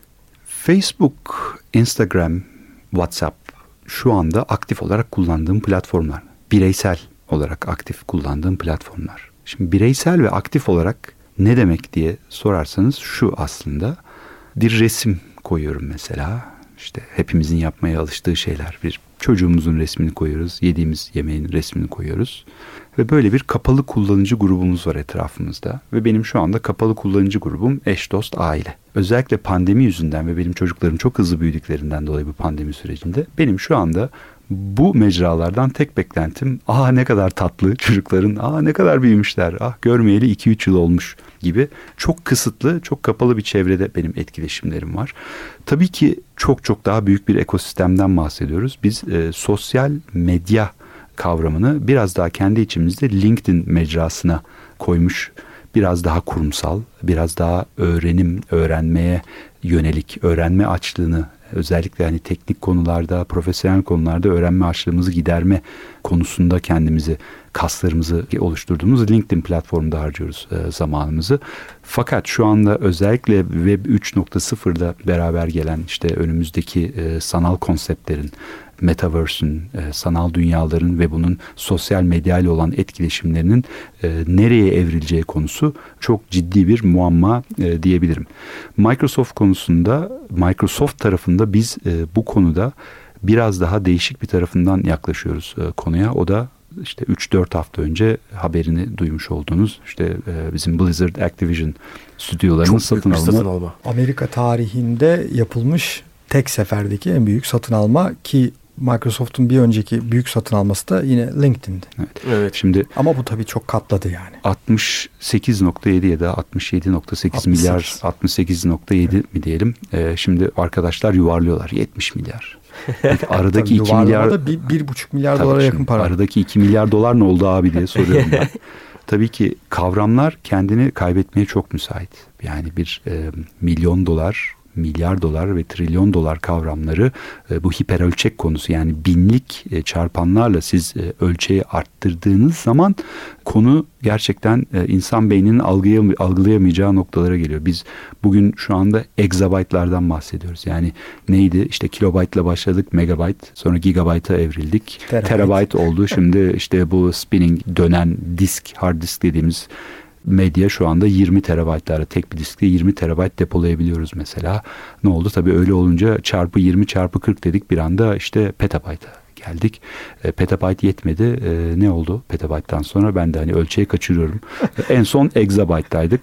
Facebook, Instagram, WhatsApp şu anda aktif olarak kullandığım platformlar. Bireysel olarak aktif kullandığım platformlar. Şimdi bireysel ve aktif olarak ne demek diye sorarsanız şu aslında. Bir resim koyuyorum mesela. İşte hepimizin yapmaya alıştığı şeyler. Bir çocuğumuzun resmini koyuyoruz. Yediğimiz yemeğin resmini koyuyoruz. Ve böyle bir kapalı kullanıcı grubumuz var etrafımızda. Ve benim şu anda kapalı kullanıcı grubum eş, dost, aile. Özellikle pandemi yüzünden ve benim çocuklarım çok hızlı büyüdüklerinden dolayı bu pandemi sürecinde benim şu anda bu mecralardan tek beklentim aa ne kadar tatlı çocukların, aa ne kadar büyümüşler, ah görmeyeli iki üç yıl olmuş gibi çok kısıtlı, çok kapalı bir çevrede benim etkileşimlerim var. Tabii ki çok çok daha büyük bir ekosistemden bahsediyoruz. Biz e, sosyal medya kavramını biraz daha kendi içimizde LinkedIn mecrasına koymuş, biraz daha kurumsal, biraz daha öğrenim, öğrenmeye yönelik, öğrenme açlığını özellikle hani teknik konularda, profesyonel konularda öğrenme açlığımızı giderme konusunda kendimizi, kaslarımızı oluşturduğumuz LinkedIn platformunda harcıyoruz e, zamanımızı. Fakat şu anda özellikle Web üç nokta sıfırda beraber gelen işte önümüzdeki e, sanal konseptlerin, Metaverse'ün, e, sanal dünyaların ve bunun sosyal medyayla olan etkileşimlerinin e, nereye evrileceği konusu çok ciddi bir muamma e, diyebilirim. Microsoft konusunda, Microsoft tarafında biz e, bu konuda biraz daha değişik bir tarafından yaklaşıyoruz e, konuya. O da işte üç dört hafta önce haberini duymuş olduğunuz işte e, bizim Blizzard Activision stüdyolarının satın alma. satın alma. Amerika tarihinde yapılmış tek seferdeki en büyük satın alma ki Microsoft'un bir önceki büyük satın alması da yine LinkedIn'di. Evet. Evet. Şimdi ama bu tabii çok katladı yani. altmış sekiz nokta yedi ya da altmış yedi nokta sekiz milyar, altmış sekiz nokta yedi evet. mi diyelim. Ee, şimdi arkadaşlar yuvarlıyorlar yetmiş milyar. Aradaki iki milyar bir, bir buçuk milyar dolara yakın para. Aradaki iki milyar dolar ne oldu abi diye soruyorum ben. Tabii ki kavramlar kendini kaybetmeye çok müsait. Yani bir e, milyon dolar, milyar dolar ve trilyon dolar kavramları e, bu hiperölçek konusu yani binlik e, çarpanlarla siz e, ölçeği arttırdığınız zaman konu gerçekten e, insan beyninin algıyam- algılayamayacağı noktalara geliyor. Biz bugün şu anda exabyte'lardan bahsediyoruz. Yani neydi? İşte kilobaytla başladık, megabyte, sonra gigabyte'a evrildik. Terabyte, terabyte oldu. Şimdi işte bu spinning dönen disk, hard disk dediğimiz medya şu anda yirmi terabaytlara tek bir diskte yirmi terabayt depolayabiliyoruz mesela. Ne oldu? Tabii öyle olunca çarpı yirmi çarpı kırk dedik bir anda işte petabayta geldik. E, petabayt yetmedi. E, ne oldu? Petabayttan sonra ben de hani ölçeği kaçırıyorum. En son exabyte'daydık.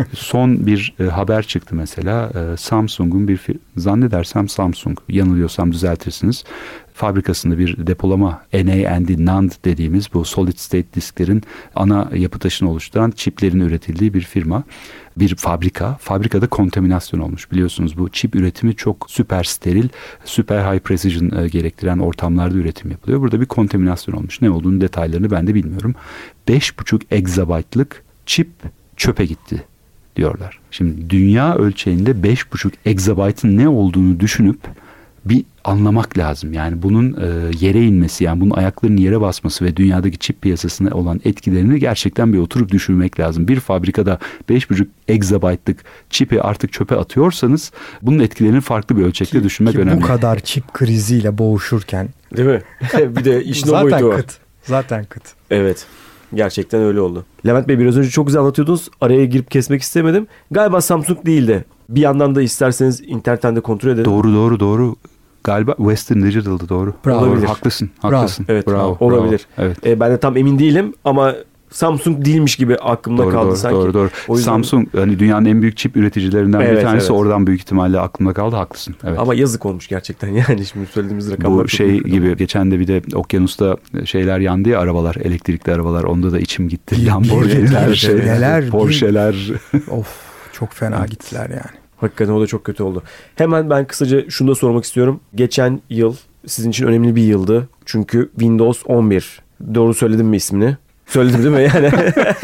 Son bir e, haber çıktı mesela. E, Samsung'un bir zannedersem Samsung yanılıyorsam düzeltirsiniz. Fabrikasında bir depolama N A N D, NAND dediğimiz bu solid state disklerin ana yapı taşını oluşturan çiplerin üretildiği bir firma, bir fabrika. Fabrikada kontaminasyon olmuş. Biliyorsunuz bu çip üretimi çok süper steril, süper high precision gerektiren ortamlarda üretim yapılıyor. Burada bir kontaminasyon olmuş. Ne olduğunu detaylarını ben de bilmiyorum. beş buçuk exabyte'lık çip çöpe gitti diyorlar. Şimdi dünya ölçeğinde beş buçuk exabyte'ın ne olduğunu düşünüp bir anlamak lazım. Yani bunun e, yere inmesi, yani bunun ayaklarının yere basması ve dünyadaki çip piyasasına olan etkilerini gerçekten bir oturup düşünmek lazım. Bir fabrikada beş buçuk exabyte'lık çipi artık çöpe atıyorsanız bunun etkilerini farklı bir ölçekte ki, düşünmek ki önemli. Bu kadar çip kriziyle boğuşurken. Değil mi? Bir de işin o boyutu var. Kıt. Zaten kıt. Evet. Gerçekten öyle oldu. Levent Bey biraz önce çok güzel anlatıyordunuz. Araya girip kesmek istemedim. Galiba Samsung değil de bir yandan da isterseniz internetten de kontrol edelim. Doğru doğru doğru. Galiba Western Digital'dı doğru. Bravo. Olabilir. Haklısın. Haklısın. Bravo. Evet. Bravo. Olabilir. Bravo. Evet. E, ben de tam emin değilim ama Samsung değilmiş gibi aklımda doğru, kaldı doğru, sanki. Doğru doğru. O yüzden... Samsung hani dünyanın en büyük çip üreticilerinden evet, bir tanesi, evet. Oradan büyük ihtimalle aklımda kaldı, haklısın. Evet. Ama yazık olmuş gerçekten yani şimdi söylediğimiz rakamlar. Bu şey gibi ama. Geçen de bir de okyanusta şeyler yandı ya, arabalar, elektrikli arabalar, onda da içim gitti. Lamborghini'ler, şeyler, Porsche'ler. Of, çok fena evet. gittiler yani. Hakikaten o da çok kötü oldu. Hemen ben kısaca şunu da sormak istiyorum. Geçen yıl sizin için önemli bir yıldı. Çünkü Windows on bir. Doğru söyledim mi ismini? Söyledim değil mi? Yani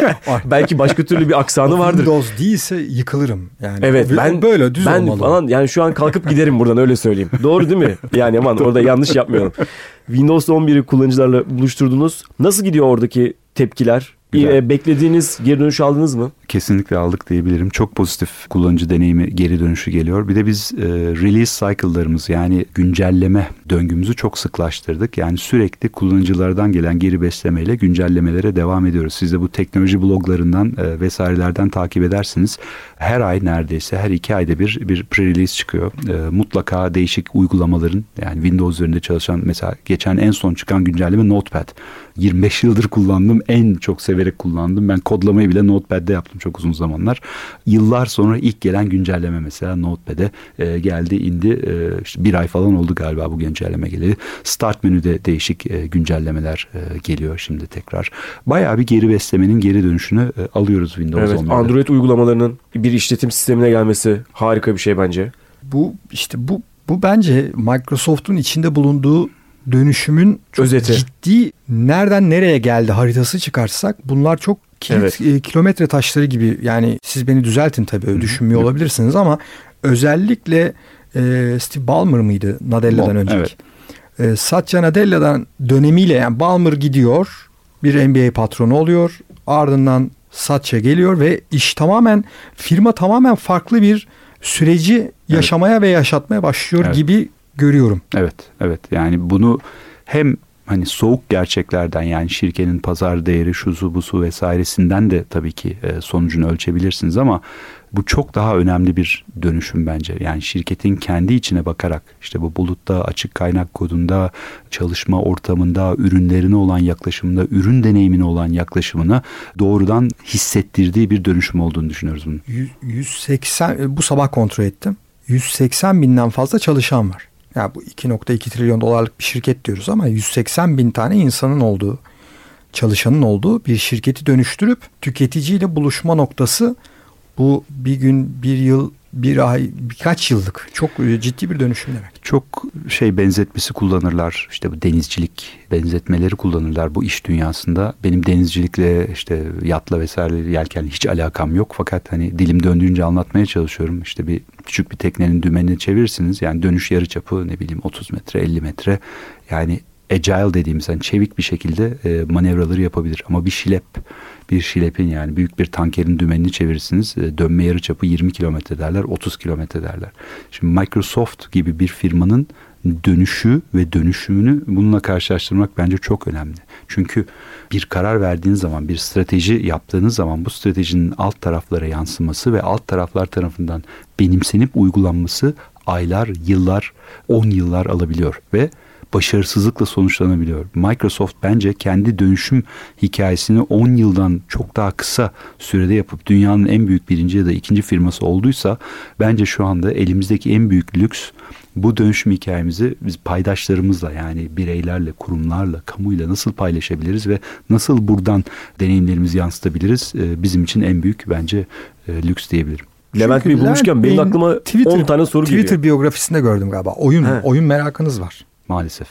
belki başka türlü bir aksanı vardır. Windows değilse yıkılırım. Yani evet, ben böyle düz ben olmalı. Falan yani şu an kalkıp giderim buradan, öyle söyleyeyim. Doğru değil mi? Yani aman orada yanlış yapmayalım. Windows on bir'i kullanıcılarla buluşturdunuz. Nasıl gidiyor oradaki tepkiler? Güzel. Beklediğiniz geri dönüş aldınız mı? Kesinlikle aldık diyebilirim. Çok pozitif kullanıcı deneyimi, geri dönüşü geliyor. Bir de biz e, release cycle'larımız, yani güncelleme döngümüzü çok sıklaştırdık. Yani sürekli kullanıcılardan gelen geri beslemeyle güncellemelere devam ediyoruz. Siz de bu teknoloji bloglarından e, vesairelerden takip edersiniz. Her ay neredeyse her iki ayda bir bir pre-release çıkıyor. E, mutlaka değişik uygulamaların, yani Windows üzerinde çalışan, mesela geçen en son çıkan güncelleme Notepad. yirmi beş yıldır kullandım. En çok severek kullandım. Ben kodlamayı bile Notepad'de yaptım çok uzun zamanlar. Yıllar sonra ilk gelen güncelleme mesela Notepad'e e, geldi, indi. E, işte bir ay falan oldu galiba bu güncelleme geleli. Start menüde değişik e, güncellemeler e, geliyor şimdi tekrar. Bayağı bir geri beslemenin geri dönüşünü e, alıyoruz Windows evet, on bir'de. Android uygulamalarının bir işletim sistemine gelmesi harika bir şey bence. Bu işte bu bu bence Microsoft'un içinde bulunduğu dönüşümün çok özeti. Ciddi nereden nereye geldi haritası çıkarsak bunlar çok kilit, evet. e, kilometre taşları gibi. Yani siz beni düzeltin tabii, öyle düşünmüyor olabilirsiniz ama özellikle e, Steve Ballmer mıydı Nadella'dan önceki? Evet. E, Satya Nadella'dan dönemiyle, yani Ballmer gidiyor, bir N B A patronu oluyor, ardından Satya geliyor ve iş tamamen, firma tamamen farklı bir süreci yaşamaya evet. ve yaşatmaya başlıyor evet. gibi görüyorum. Evet, evet. Yani bunu hem hani soğuk gerçeklerden, yani şirketin pazar değeri, şusu busu vesairesinden de tabii ki sonucunu ölçebilirsiniz ama bu çok daha önemli bir dönüşüm bence. Yani şirketin kendi içine bakarak, işte bu bulutta, açık kaynak kodunda, çalışma ortamında, ürünlerine olan yaklaşımında, ürün deneyimine olan yaklaşımına doğrudan hissettirdiği bir dönüşüm olduğunu düşünüyoruz bunun. yüz seksen, bu sabah kontrol ettim. yüz seksen binden fazla çalışan var. Ya yani bu iki nokta iki trilyon dolarlık bir şirket diyoruz ama yüz seksen bin tane insanın olduğu, çalışanın olduğu bir şirketi dönüştürüp tüketiciyle buluşma noktası, bu bir gün, bir yıl, bir ay, birkaç yıllık çok ciddi bir dönüşüm demek. Çok şey benzetmesi kullanırlar. İşte bu denizcilik benzetmeleri kullanırlar bu iş dünyasında. Benim denizcilikle, işte yatla vesaire, yelkenle hiç alakam yok. Fakat hani dilim döndüğünce anlatmaya çalışıyorum. İşte bir küçük bir teknenin dümenini çevirirsiniz. Yani dönüş yarıçapı ne bileyim otuz metre, elli metre. Yani agile dediğimiz, hani çevik bir şekilde e, manevraları yapabilir. Ama bir şilep, bir şilepin, yani büyük bir tankerin dümenini çevirirsiniz. E, dönme yarıçapı yirmi kilometre derler, otuz kilometre derler. Şimdi Microsoft gibi bir firmanın dönüşü ve dönüşümünü bununla karşılaştırmak bence çok önemli. Çünkü bir karar verdiğiniz zaman, bir strateji yaptığınız zaman bu stratejinin alt taraflara yansıması ve alt taraflar tarafından benimsenip uygulanması aylar, yıllar, on yıllar alabiliyor ve başarısızlıkla sonuçlanabiliyor. Microsoft bence kendi dönüşüm hikayesini on yıldan çok daha kısa sürede yapıp dünyanın en büyük birinci ya da ikinci firması olduysa, bence şu anda elimizdeki en büyük lüks bu dönüşüm hikayemizi biz paydaşlarımızla, yani bireylerle, kurumlarla, kamuyla nasıl paylaşabiliriz ve nasıl buradan deneyimlerimizi yansıtabiliriz, bizim için en büyük bence lüks diyebilirim. Levent Bey bulmuşken benim aklıma Twitter, on tane soru Twitter geliyor. Twitter biyografisinde gördüm galiba. Oyun, He. oyun merakınız var. Maalesef.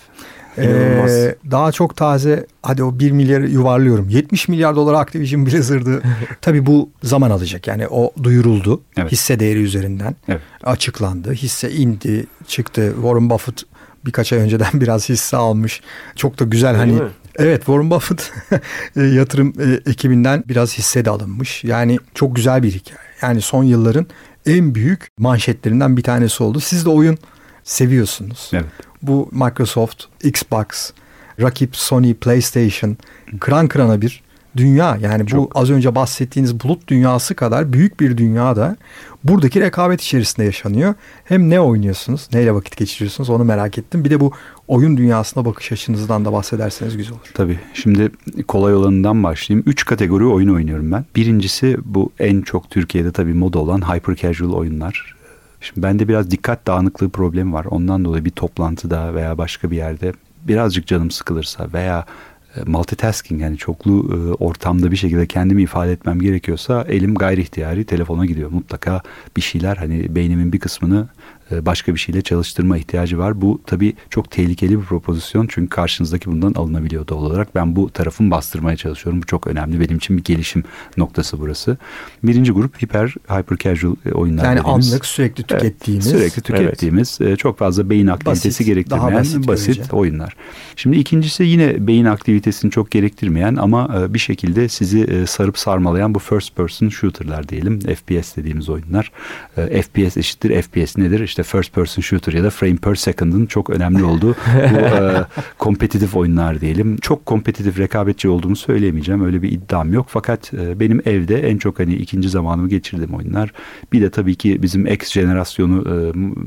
Ee, daha çok taze, hadi o bir milyarı yuvarlıyorum. yetmiş milyar dolar Activision Blizzard'ı tabii bu zaman alacak. Yani o duyuruldu. Evet. Hisse değeri üzerinden evet. açıklandı. Hisse indi, çıktı. Warren Buffett birkaç ay önceden biraz hisse almış. Çok da güzel. Değil hani mi? Evet, Warren Buffett yatırım ekibinden biraz hisse de alınmış. Yani çok güzel bir hikaye. Yani son yılların en büyük manşetlerinden bir tanesi oldu. Siz de oyun seviyorsunuz. Evet. Bu Microsoft, Xbox, rakip Sony, PlayStation kıran kırana bir dünya. Yani Çok. bu az önce bahsettiğiniz bulut dünyası kadar büyük bir dünya da buradaki rekabet içerisinde yaşanıyor. Hem ne oynuyorsunuz, neyle vakit geçiriyorsunuz onu merak ettim. Bir de bu oyun dünyasına bakış açınızdan da bahsederseniz güzel olur. Tabii. Şimdi kolay olanından başlayayım. Üç kategori oyun oynuyorum ben. Birincisi bu en çok Türkiye'de tabii moda olan hyper casual oyunlar. Şimdi bende biraz dikkat dağınıklığı problemi var. Ondan dolayı bir toplantıda veya başka bir yerde birazcık canım sıkılırsa veya multitasking yani çoklu ortamda bir şekilde kendimi ifade etmem gerekiyorsa elim gayri ihtiyari telefona gidiyor. Mutlaka bir şeyler hani beynimin bir kısmını başka bir şeyle çalıştırma ihtiyacı var. Bu tabii çok tehlikeli bir propozisyon çünkü karşınızdaki bundan alınabiliyor doğal olarak. Ben bu tarafımı bastırmaya çalışıyorum. Bu çok önemli. Benim için bir gelişim noktası burası. Birinci grup hiper hyper casual oyunlar yani dediğimiz. Anlık sürekli tükettiğimiz. Evet, sürekli tükettiğimiz evet. Çok fazla beyin aktivitesi basit, gerektirmeyen basit, basit oyunlar. Şimdi ikincisi yine beyin aktivitesini çok gerektirmeyen ama bir şekilde sizi sarıp sarmalayan bu first person shooter'lar diyelim. F P S dediğimiz oyunlar. F P S eşittir F P S nedir? İşte first person shooter ya da frame per second'ın çok önemli olduğu bu e, kompetitif oyunlar diyelim. Çok kompetitif rekabetçi olduğumu söyleyemeyeceğim. Öyle bir iddiam yok. Fakat e, benim evde en çok hani ikinci zamanımı geçirdiğim oyunlar. Bir de tabii ki bizim X jenerasyonu e,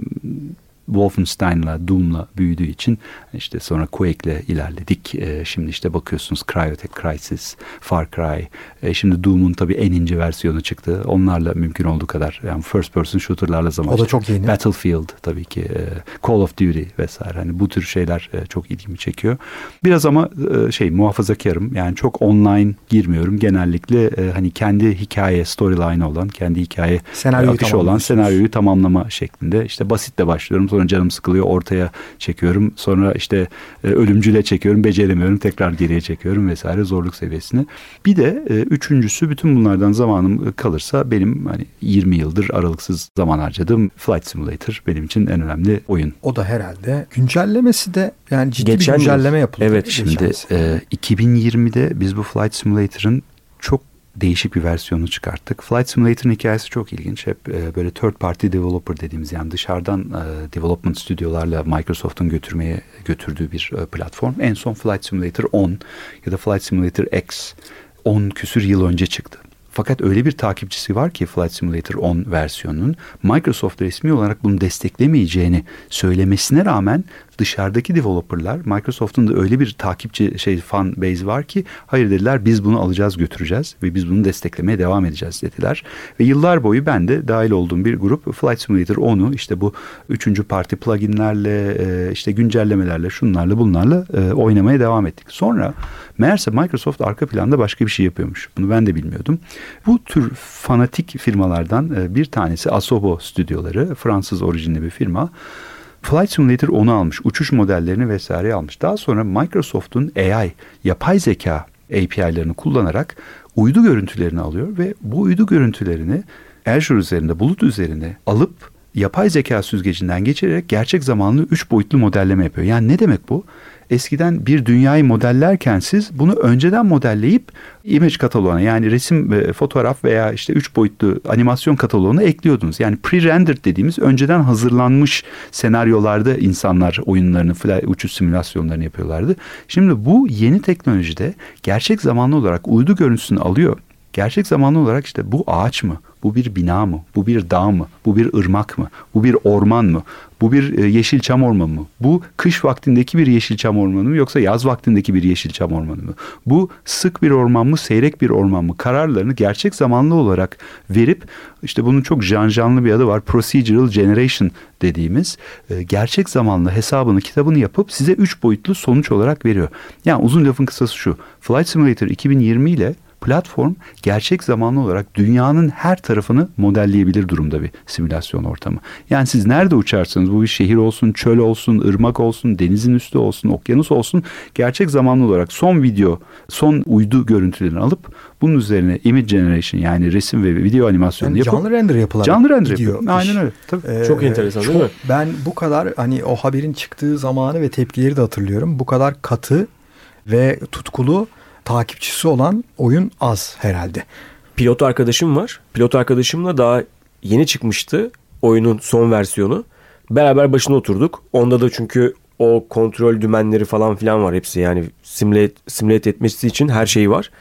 Wolfenstein'la, Doom'la büyüdüğü için işte sonra Quake'le ilerledik. E, şimdi işte bakıyorsunuz Cryotech Crisis, Far Cry. E, şimdi Doom'un tabii en ince versiyonu çıktı. Onlarla mümkün olduğu kadar yani first person shooter'larla zaman. O da çok yeni. Battlefield tabii ki, e, Call of Duty vesaire. Hani bu tür şeyler e, çok ilgimi çekiyor. Biraz ama e, şey muhafazakarım. Yani çok online girmiyorum. Genellikle e, hani kendi hikaye storyline olan, kendi hikaye senaryoyu akışı olan senaryoyu tamamlama şeklinde. İşte basitle başlıyorum. Sonra canım sıkılıyor, ortaya çekiyorum. Sonra işte e, ölümcüle çekiyorum, beceremiyorum, tekrar geriye çekiyorum vesaire zorluk seviyesini. Bir de e, üçüncüsü bütün bunlardan zamanım kalırsa benim hani yirmi yıldır aralıksız zaman harcadığım Flight Simulator benim için en önemli oyun. O da herhalde güncellemesi de yani ciddi geçen bir güncelleme yapıldı. Evet şimdi e, iki bin yirmide biz bu Flight Simulator'ın çok değişik bir versiyonu çıkarttık. Flight Simulator'ın hikayesi çok ilginç. Hep e, böyle third party developer dediğimiz yani dışarıdan e, development stüdyolarla Microsoft'un götürmeye götürdüğü bir e, platform. En son Flight Simulator on ya da Flight Simulator X on küsür yıl önce çıktı. Fakat öyle bir takipçisi var ki Flight Simulator on versiyonunun Microsoft resmi olarak bunu desteklemeyeceğini söylemesine rağmen dışarıdaki developerlar Microsoft'un da öyle bir takipçi şey fan base var ki hayır dediler biz bunu alacağız götüreceğiz ve biz bunu desteklemeye devam edeceğiz dediler. Ve yıllar boyu ben de dahil olduğum bir grup Flight Simulator onu işte bu üçüncü parti pluginlerle işte güncellemelerle şunlarla bunlarla oynamaya devam ettik. Sonra meğerse Microsoft arka planda başka bir şey yapıyormuş. Bunu ben de bilmiyordum. Bu tür fanatik firmalardan bir tanesi Asobo stüdyoları, Fransız orijinli bir firma. Flight Simulator onu almış. Uçuş modellerini vesaire almış. Daha sonra Microsoft'un A I, yapay zeka A P I'lerini kullanarak uydu görüntülerini alıyor ve bu uydu görüntülerini Azure üzerinde, bulut üzerine alıp yapay zeka süzgecinden geçirerek gerçek zamanlı üç boyutlu modelleme yapıyor. Yani ne demek bu? Eskiden bir dünyayı modellerken siz bunu önceden modelleyip image kataloğuna yani resim, fotoğraf veya işte üç boyutlu animasyon kataloğuna ekliyordunuz. Yani pre-rendered dediğimiz önceden hazırlanmış senaryolarda insanlar oyunlarını, uçuş simülasyonlarını yapıyorlardı. Şimdi bu yeni teknolojide gerçek zamanlı olarak uydu görüntüsünü alıyor. Gerçek zamanlı olarak işte bu ağaç mı? Bu bir bina mı? Bu bir dağ mı? Bu bir ırmak mı? Bu bir orman mı? Bu bir yeşilçam ormanı mı? Bu kış vaktindeki bir yeşilçam ormanı mı yoksa yaz vaktindeki bir yeşilçam ormanı mı? Bu sık bir orman mı, seyrek bir orman mı? Kararlarını gerçek zamanlı olarak verip işte bunun çok janjanlı bir adı var. Procedural Generation dediğimiz gerçek zamanlı hesabını, kitabını yapıp size üç boyutlu sonuç olarak veriyor. Yani uzun lafın kısası şu. Flight Simulator iki bin yirmi ile platform gerçek zamanlı olarak dünyanın her tarafını modelleyebilir durumda bir simülasyon ortamı. Yani siz nerede uçarsanız bu bir şehir olsun, çöl olsun, ırmak olsun, denizin üstü olsun, okyanus olsun gerçek zamanlı olarak son video, son uydu görüntülerini alıp bunun üzerine image generation yani resim ve video animasyonu yani yapıp canlı render yapılarak canlı render gidiyor. Yapıyor. Aynen öyle. Tabii. Ee, çok enteresan çok, değil mi? Ben bu kadar hani o haberin çıktığı zamanı ve tepkileri de hatırlıyorum. Bu kadar katı ve tutkulu takipçisi olan oyun az herhalde. Pilot arkadaşım var. Pilot arkadaşımla daha yeni çıkmıştı oyunun son versiyonu. Beraber başına oturduk. Onda da çünkü o kontrol dümenleri falan filan var hepsi yani simüle, simüle etmesi için her şey var.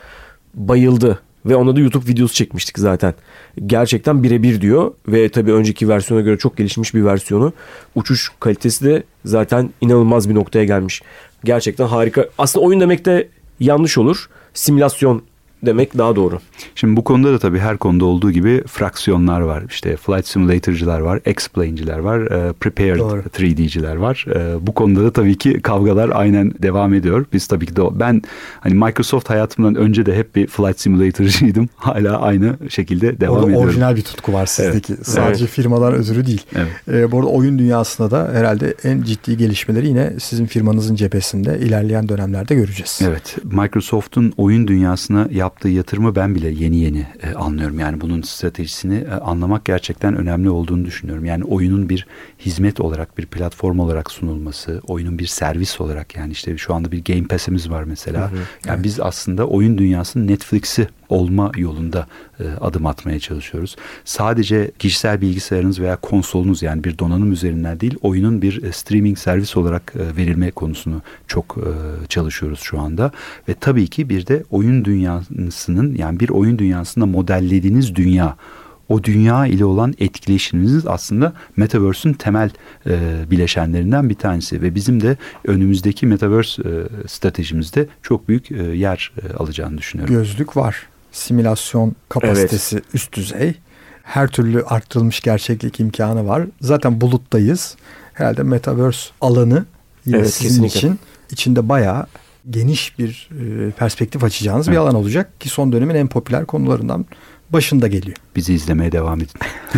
bayıldı. Ve ona da YouTube videosu çekmiştik zaten. Gerçekten birebir diyor. Ve tabii önceki versiyona göre çok gelişmiş bir versiyonu. Uçuş kalitesi de zaten inanılmaz bir noktaya gelmiş. Gerçekten harika. Aslında oyun demek de yanlış olur. Simülasyon demek daha doğru. Şimdi bu konuda da tabii her konuda olduğu gibi fraksiyonlar var. İşte flight simulator'cılar var, explain'ciler var, e, prepared Doğru. üç D'ciler var. E, bu konuda da tabii ki kavgalar aynen devam ediyor. Biz tabii ki de ben hani Microsoft hayatımdan önce de hep bir flight simulator'cıydım. Hala aynı şekilde devam Orada ediyorum. Orijinal bir tutku var sizdeki. Evet. Sadece evet. firmadan ötürü değil. Evet. E, bu arada oyun dünyasında da herhalde en ciddi gelişmeleri yine sizin firmanızın cephesinde ilerleyen dönemlerde göreceğiz. Evet. Microsoft'un oyun dünyasına yaptığı yaptığı yatırımı ben bile yeni yeni e, anlıyorum. Yani bunun stratejisini e, anlamak gerçekten önemli olduğunu düşünüyorum. Yani oyunun bir hizmet olarak, bir platform olarak sunulması, oyunun bir servis olarak, yani işte şu anda bir Game Pass'imiz var mesela. Hı hı. Yani evet. Biz aslında oyun dünyasının Netflix'i olma yolunda e, adım atmaya çalışıyoruz. Sadece kişisel bilgisayarınız veya konsolunuz, yani bir donanım üzerinden değil, oyunun bir e, streaming servis olarak e, verilme konusunu çok e, çalışıyoruz şu anda. Ve tabii ki bir de oyun dünyasının, yani bir oyun dünyasında modellediğiniz dünya, o dünya ile olan etkileşiminiz aslında Metaverse'ün temel e, bileşenlerinden bir tanesi ve bizim de önümüzdeki Metaverse e, stratejimizde çok büyük e, yer e, alacağını düşünüyorum. Gözlük var. Simülasyon kapasitesi evet. üst düzey. Her türlü arttırılmış gerçeklik imkanı var. Zaten buluttayız. Herhalde Metaverse alanı yine evet, sizin kesinlikle. için içinde bayağı geniş bir e, perspektif açacağınız evet. bir alan olacak ki son dönemin en popüler konularından başında geliyor. Bizi izlemeye devam edin.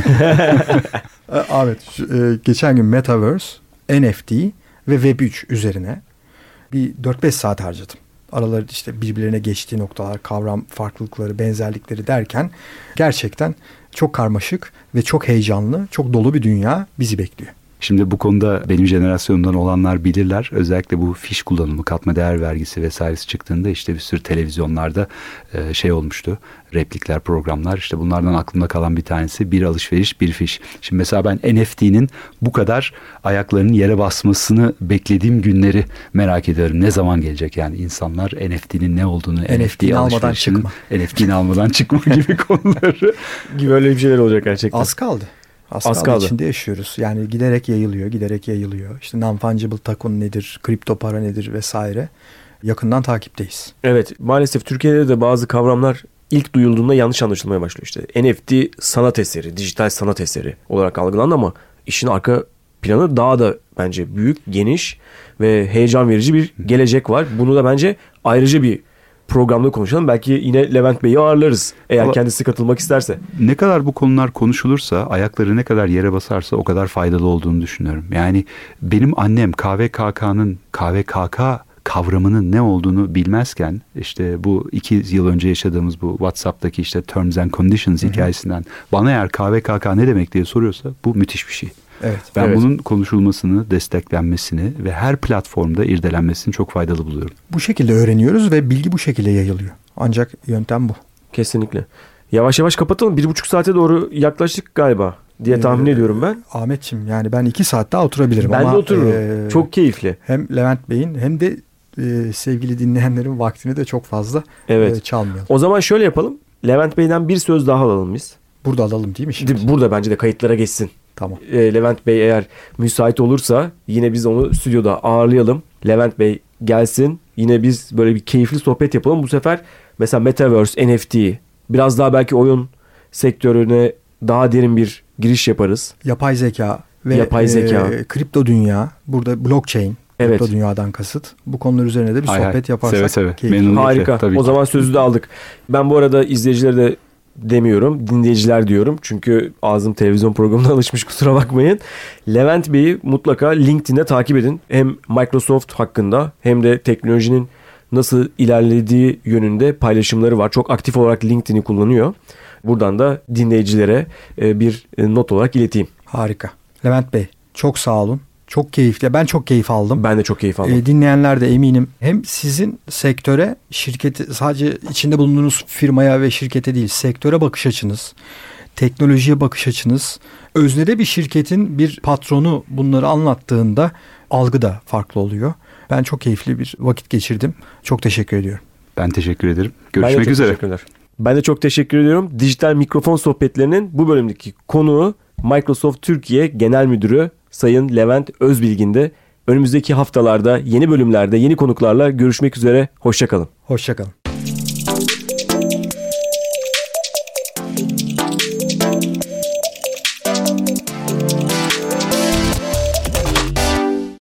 Ahmet, geçen gün Metaverse, N F T ve Web üç üzerine bir dört beş saat harcadım. Araları işte birbirlerine geçtiği noktalar, kavram farklılıkları, benzerlikleri derken gerçekten çok karmaşık ve çok heyecanlı, çok dolu bir dünya bizi bekliyor. Şimdi bu konuda benim jenerasyonumdan olanlar bilirler. Özellikle bu fiş kullanımı, katma değer vergisi vesairesi çıktığında işte bir sürü televizyonlarda e, şey olmuştu. Replikler, programlar. İşte bunlardan aklımda kalan bir tanesi bir alışveriş, bir fiş. Şimdi mesela ben N F T'nin bu kadar ayaklarının yere basmasını beklediğim günleri merak ediyorum. Ne zaman gelecek yani insanlar N F T'nin ne olduğunu, N F T'ni almadan çıkma. N F T'ni almadan çıkma gibi konuları. Gibi öyle bir şeyler olacak gerçekten. Az kaldı. Az, Az kaldı. İçinde yaşıyoruz. Yani giderek yayılıyor, giderek yayılıyor. İşte non-fungible token nedir, kripto para nedir vesaire. Yakından takipteyiz. Evet, maalesef Türkiye'de de bazı kavramlar ilk duyulduğunda yanlış anlaşılmaya başlıyor. İşte N F T sanat eseri, dijital sanat eseri olarak algılandı ama işin arka planı daha da bence büyük, geniş ve heyecan verici bir gelecek var. Bunu da bence ayrıca bir programda konuşalım. Belki yine Levent Bey'i ağırlarız eğer Ama kendisi katılmak isterse. Ne kadar bu konular konuşulursa, ayakları ne kadar yere basarsa o kadar faydalı olduğunu düşünüyorum. Yani benim annem K V K K'nın K V K K kavramının ne olduğunu bilmezken işte bu iki yıl önce yaşadığımız bu WhatsApp'taki işte Terms and Conditions Hı-hı. hikayesinden bana eğer K V K K ne demek diye soruyorsa bu müthiş bir şey. Evet. Ben evet. bunun konuşulmasını, desteklenmesini ve her platformda irdelenmesini çok faydalı buluyorum. Bu şekilde öğreniyoruz ve bilgi bu şekilde yayılıyor. Ancak yöntem bu. Kesinlikle. Yavaş yavaş kapatalım. Bir buçuk saate doğru yaklaştık galiba diye tahmin ee, ediyorum ben. Ahmetciğim, yani ben iki saat daha oturabilirim. Ben ama de otururum. E, çok keyifli. Hem Levent Bey'in hem de e, sevgili dinleyenlerin vaktini de çok fazla evet. e, çalmayalım. O zaman şöyle yapalım. Levent Bey'den bir söz daha alalım biz. Burada alalım değil mi şimdi? Burada bence de kayıtlara geçsin. Tamam. E, Levent Bey eğer müsait olursa yine biz onu stüdyoda ağırlayalım. Levent Bey gelsin. Yine biz böyle bir keyifli sohbet yapalım. Bu sefer mesela Metaverse, N F T, biraz daha belki oyun sektörüne daha derin bir giriş yaparız. Yapay zeka ve Yapay zeka. E, kripto dünya, burada blockchain, evet. kripto dünyadan kasıt. Bu konular üzerine de bir hay sohbet hay. yaparsak. Seve seve. Harika. Tabii o ki. Zaman sözü de aldık. Ben bu arada izleyicileri de demiyorum, dinleyiciler diyorum. Çünkü ağzım televizyon programına alışmış, kusura bakmayın. Levent Bey'i mutlaka LinkedIn'de takip edin. Hem Microsoft hakkında hem de teknolojinin nasıl ilerlediği yönünde paylaşımları var. Çok aktif olarak LinkedIn'i kullanıyor. Buradan da dinleyicilere bir not olarak ileteyim. Harika. Levent Bey, çok sağ olun. Çok keyifli. Ben çok keyif aldım. Ben de çok keyif aldım. E, dinleyenler de eminim hem sizin sektöre, şirketi, sadece içinde bulunduğunuz firmaya ve şirkete değil, sektöre bakış açınız, teknolojiye bakış açınız, öznede bir şirketin bir patronu bunları anlattığında algı da farklı oluyor. Ben çok keyifli bir vakit geçirdim. Çok teşekkür ediyorum. Ben teşekkür ederim. Ben de Görüşmek çok üzere. teşekkürler. Ben de çok teşekkür ediyorum. Dijital Mikrofon Sohbetlerinin bu bölümdeki konuğu Microsoft Türkiye Genel Müdürü Sayın Levent Özbilgin'di. Önümüzdeki haftalarda yeni bölümlerde yeni konuklarla görüşmek üzere. Hoşça kalın. Hoşça kalın.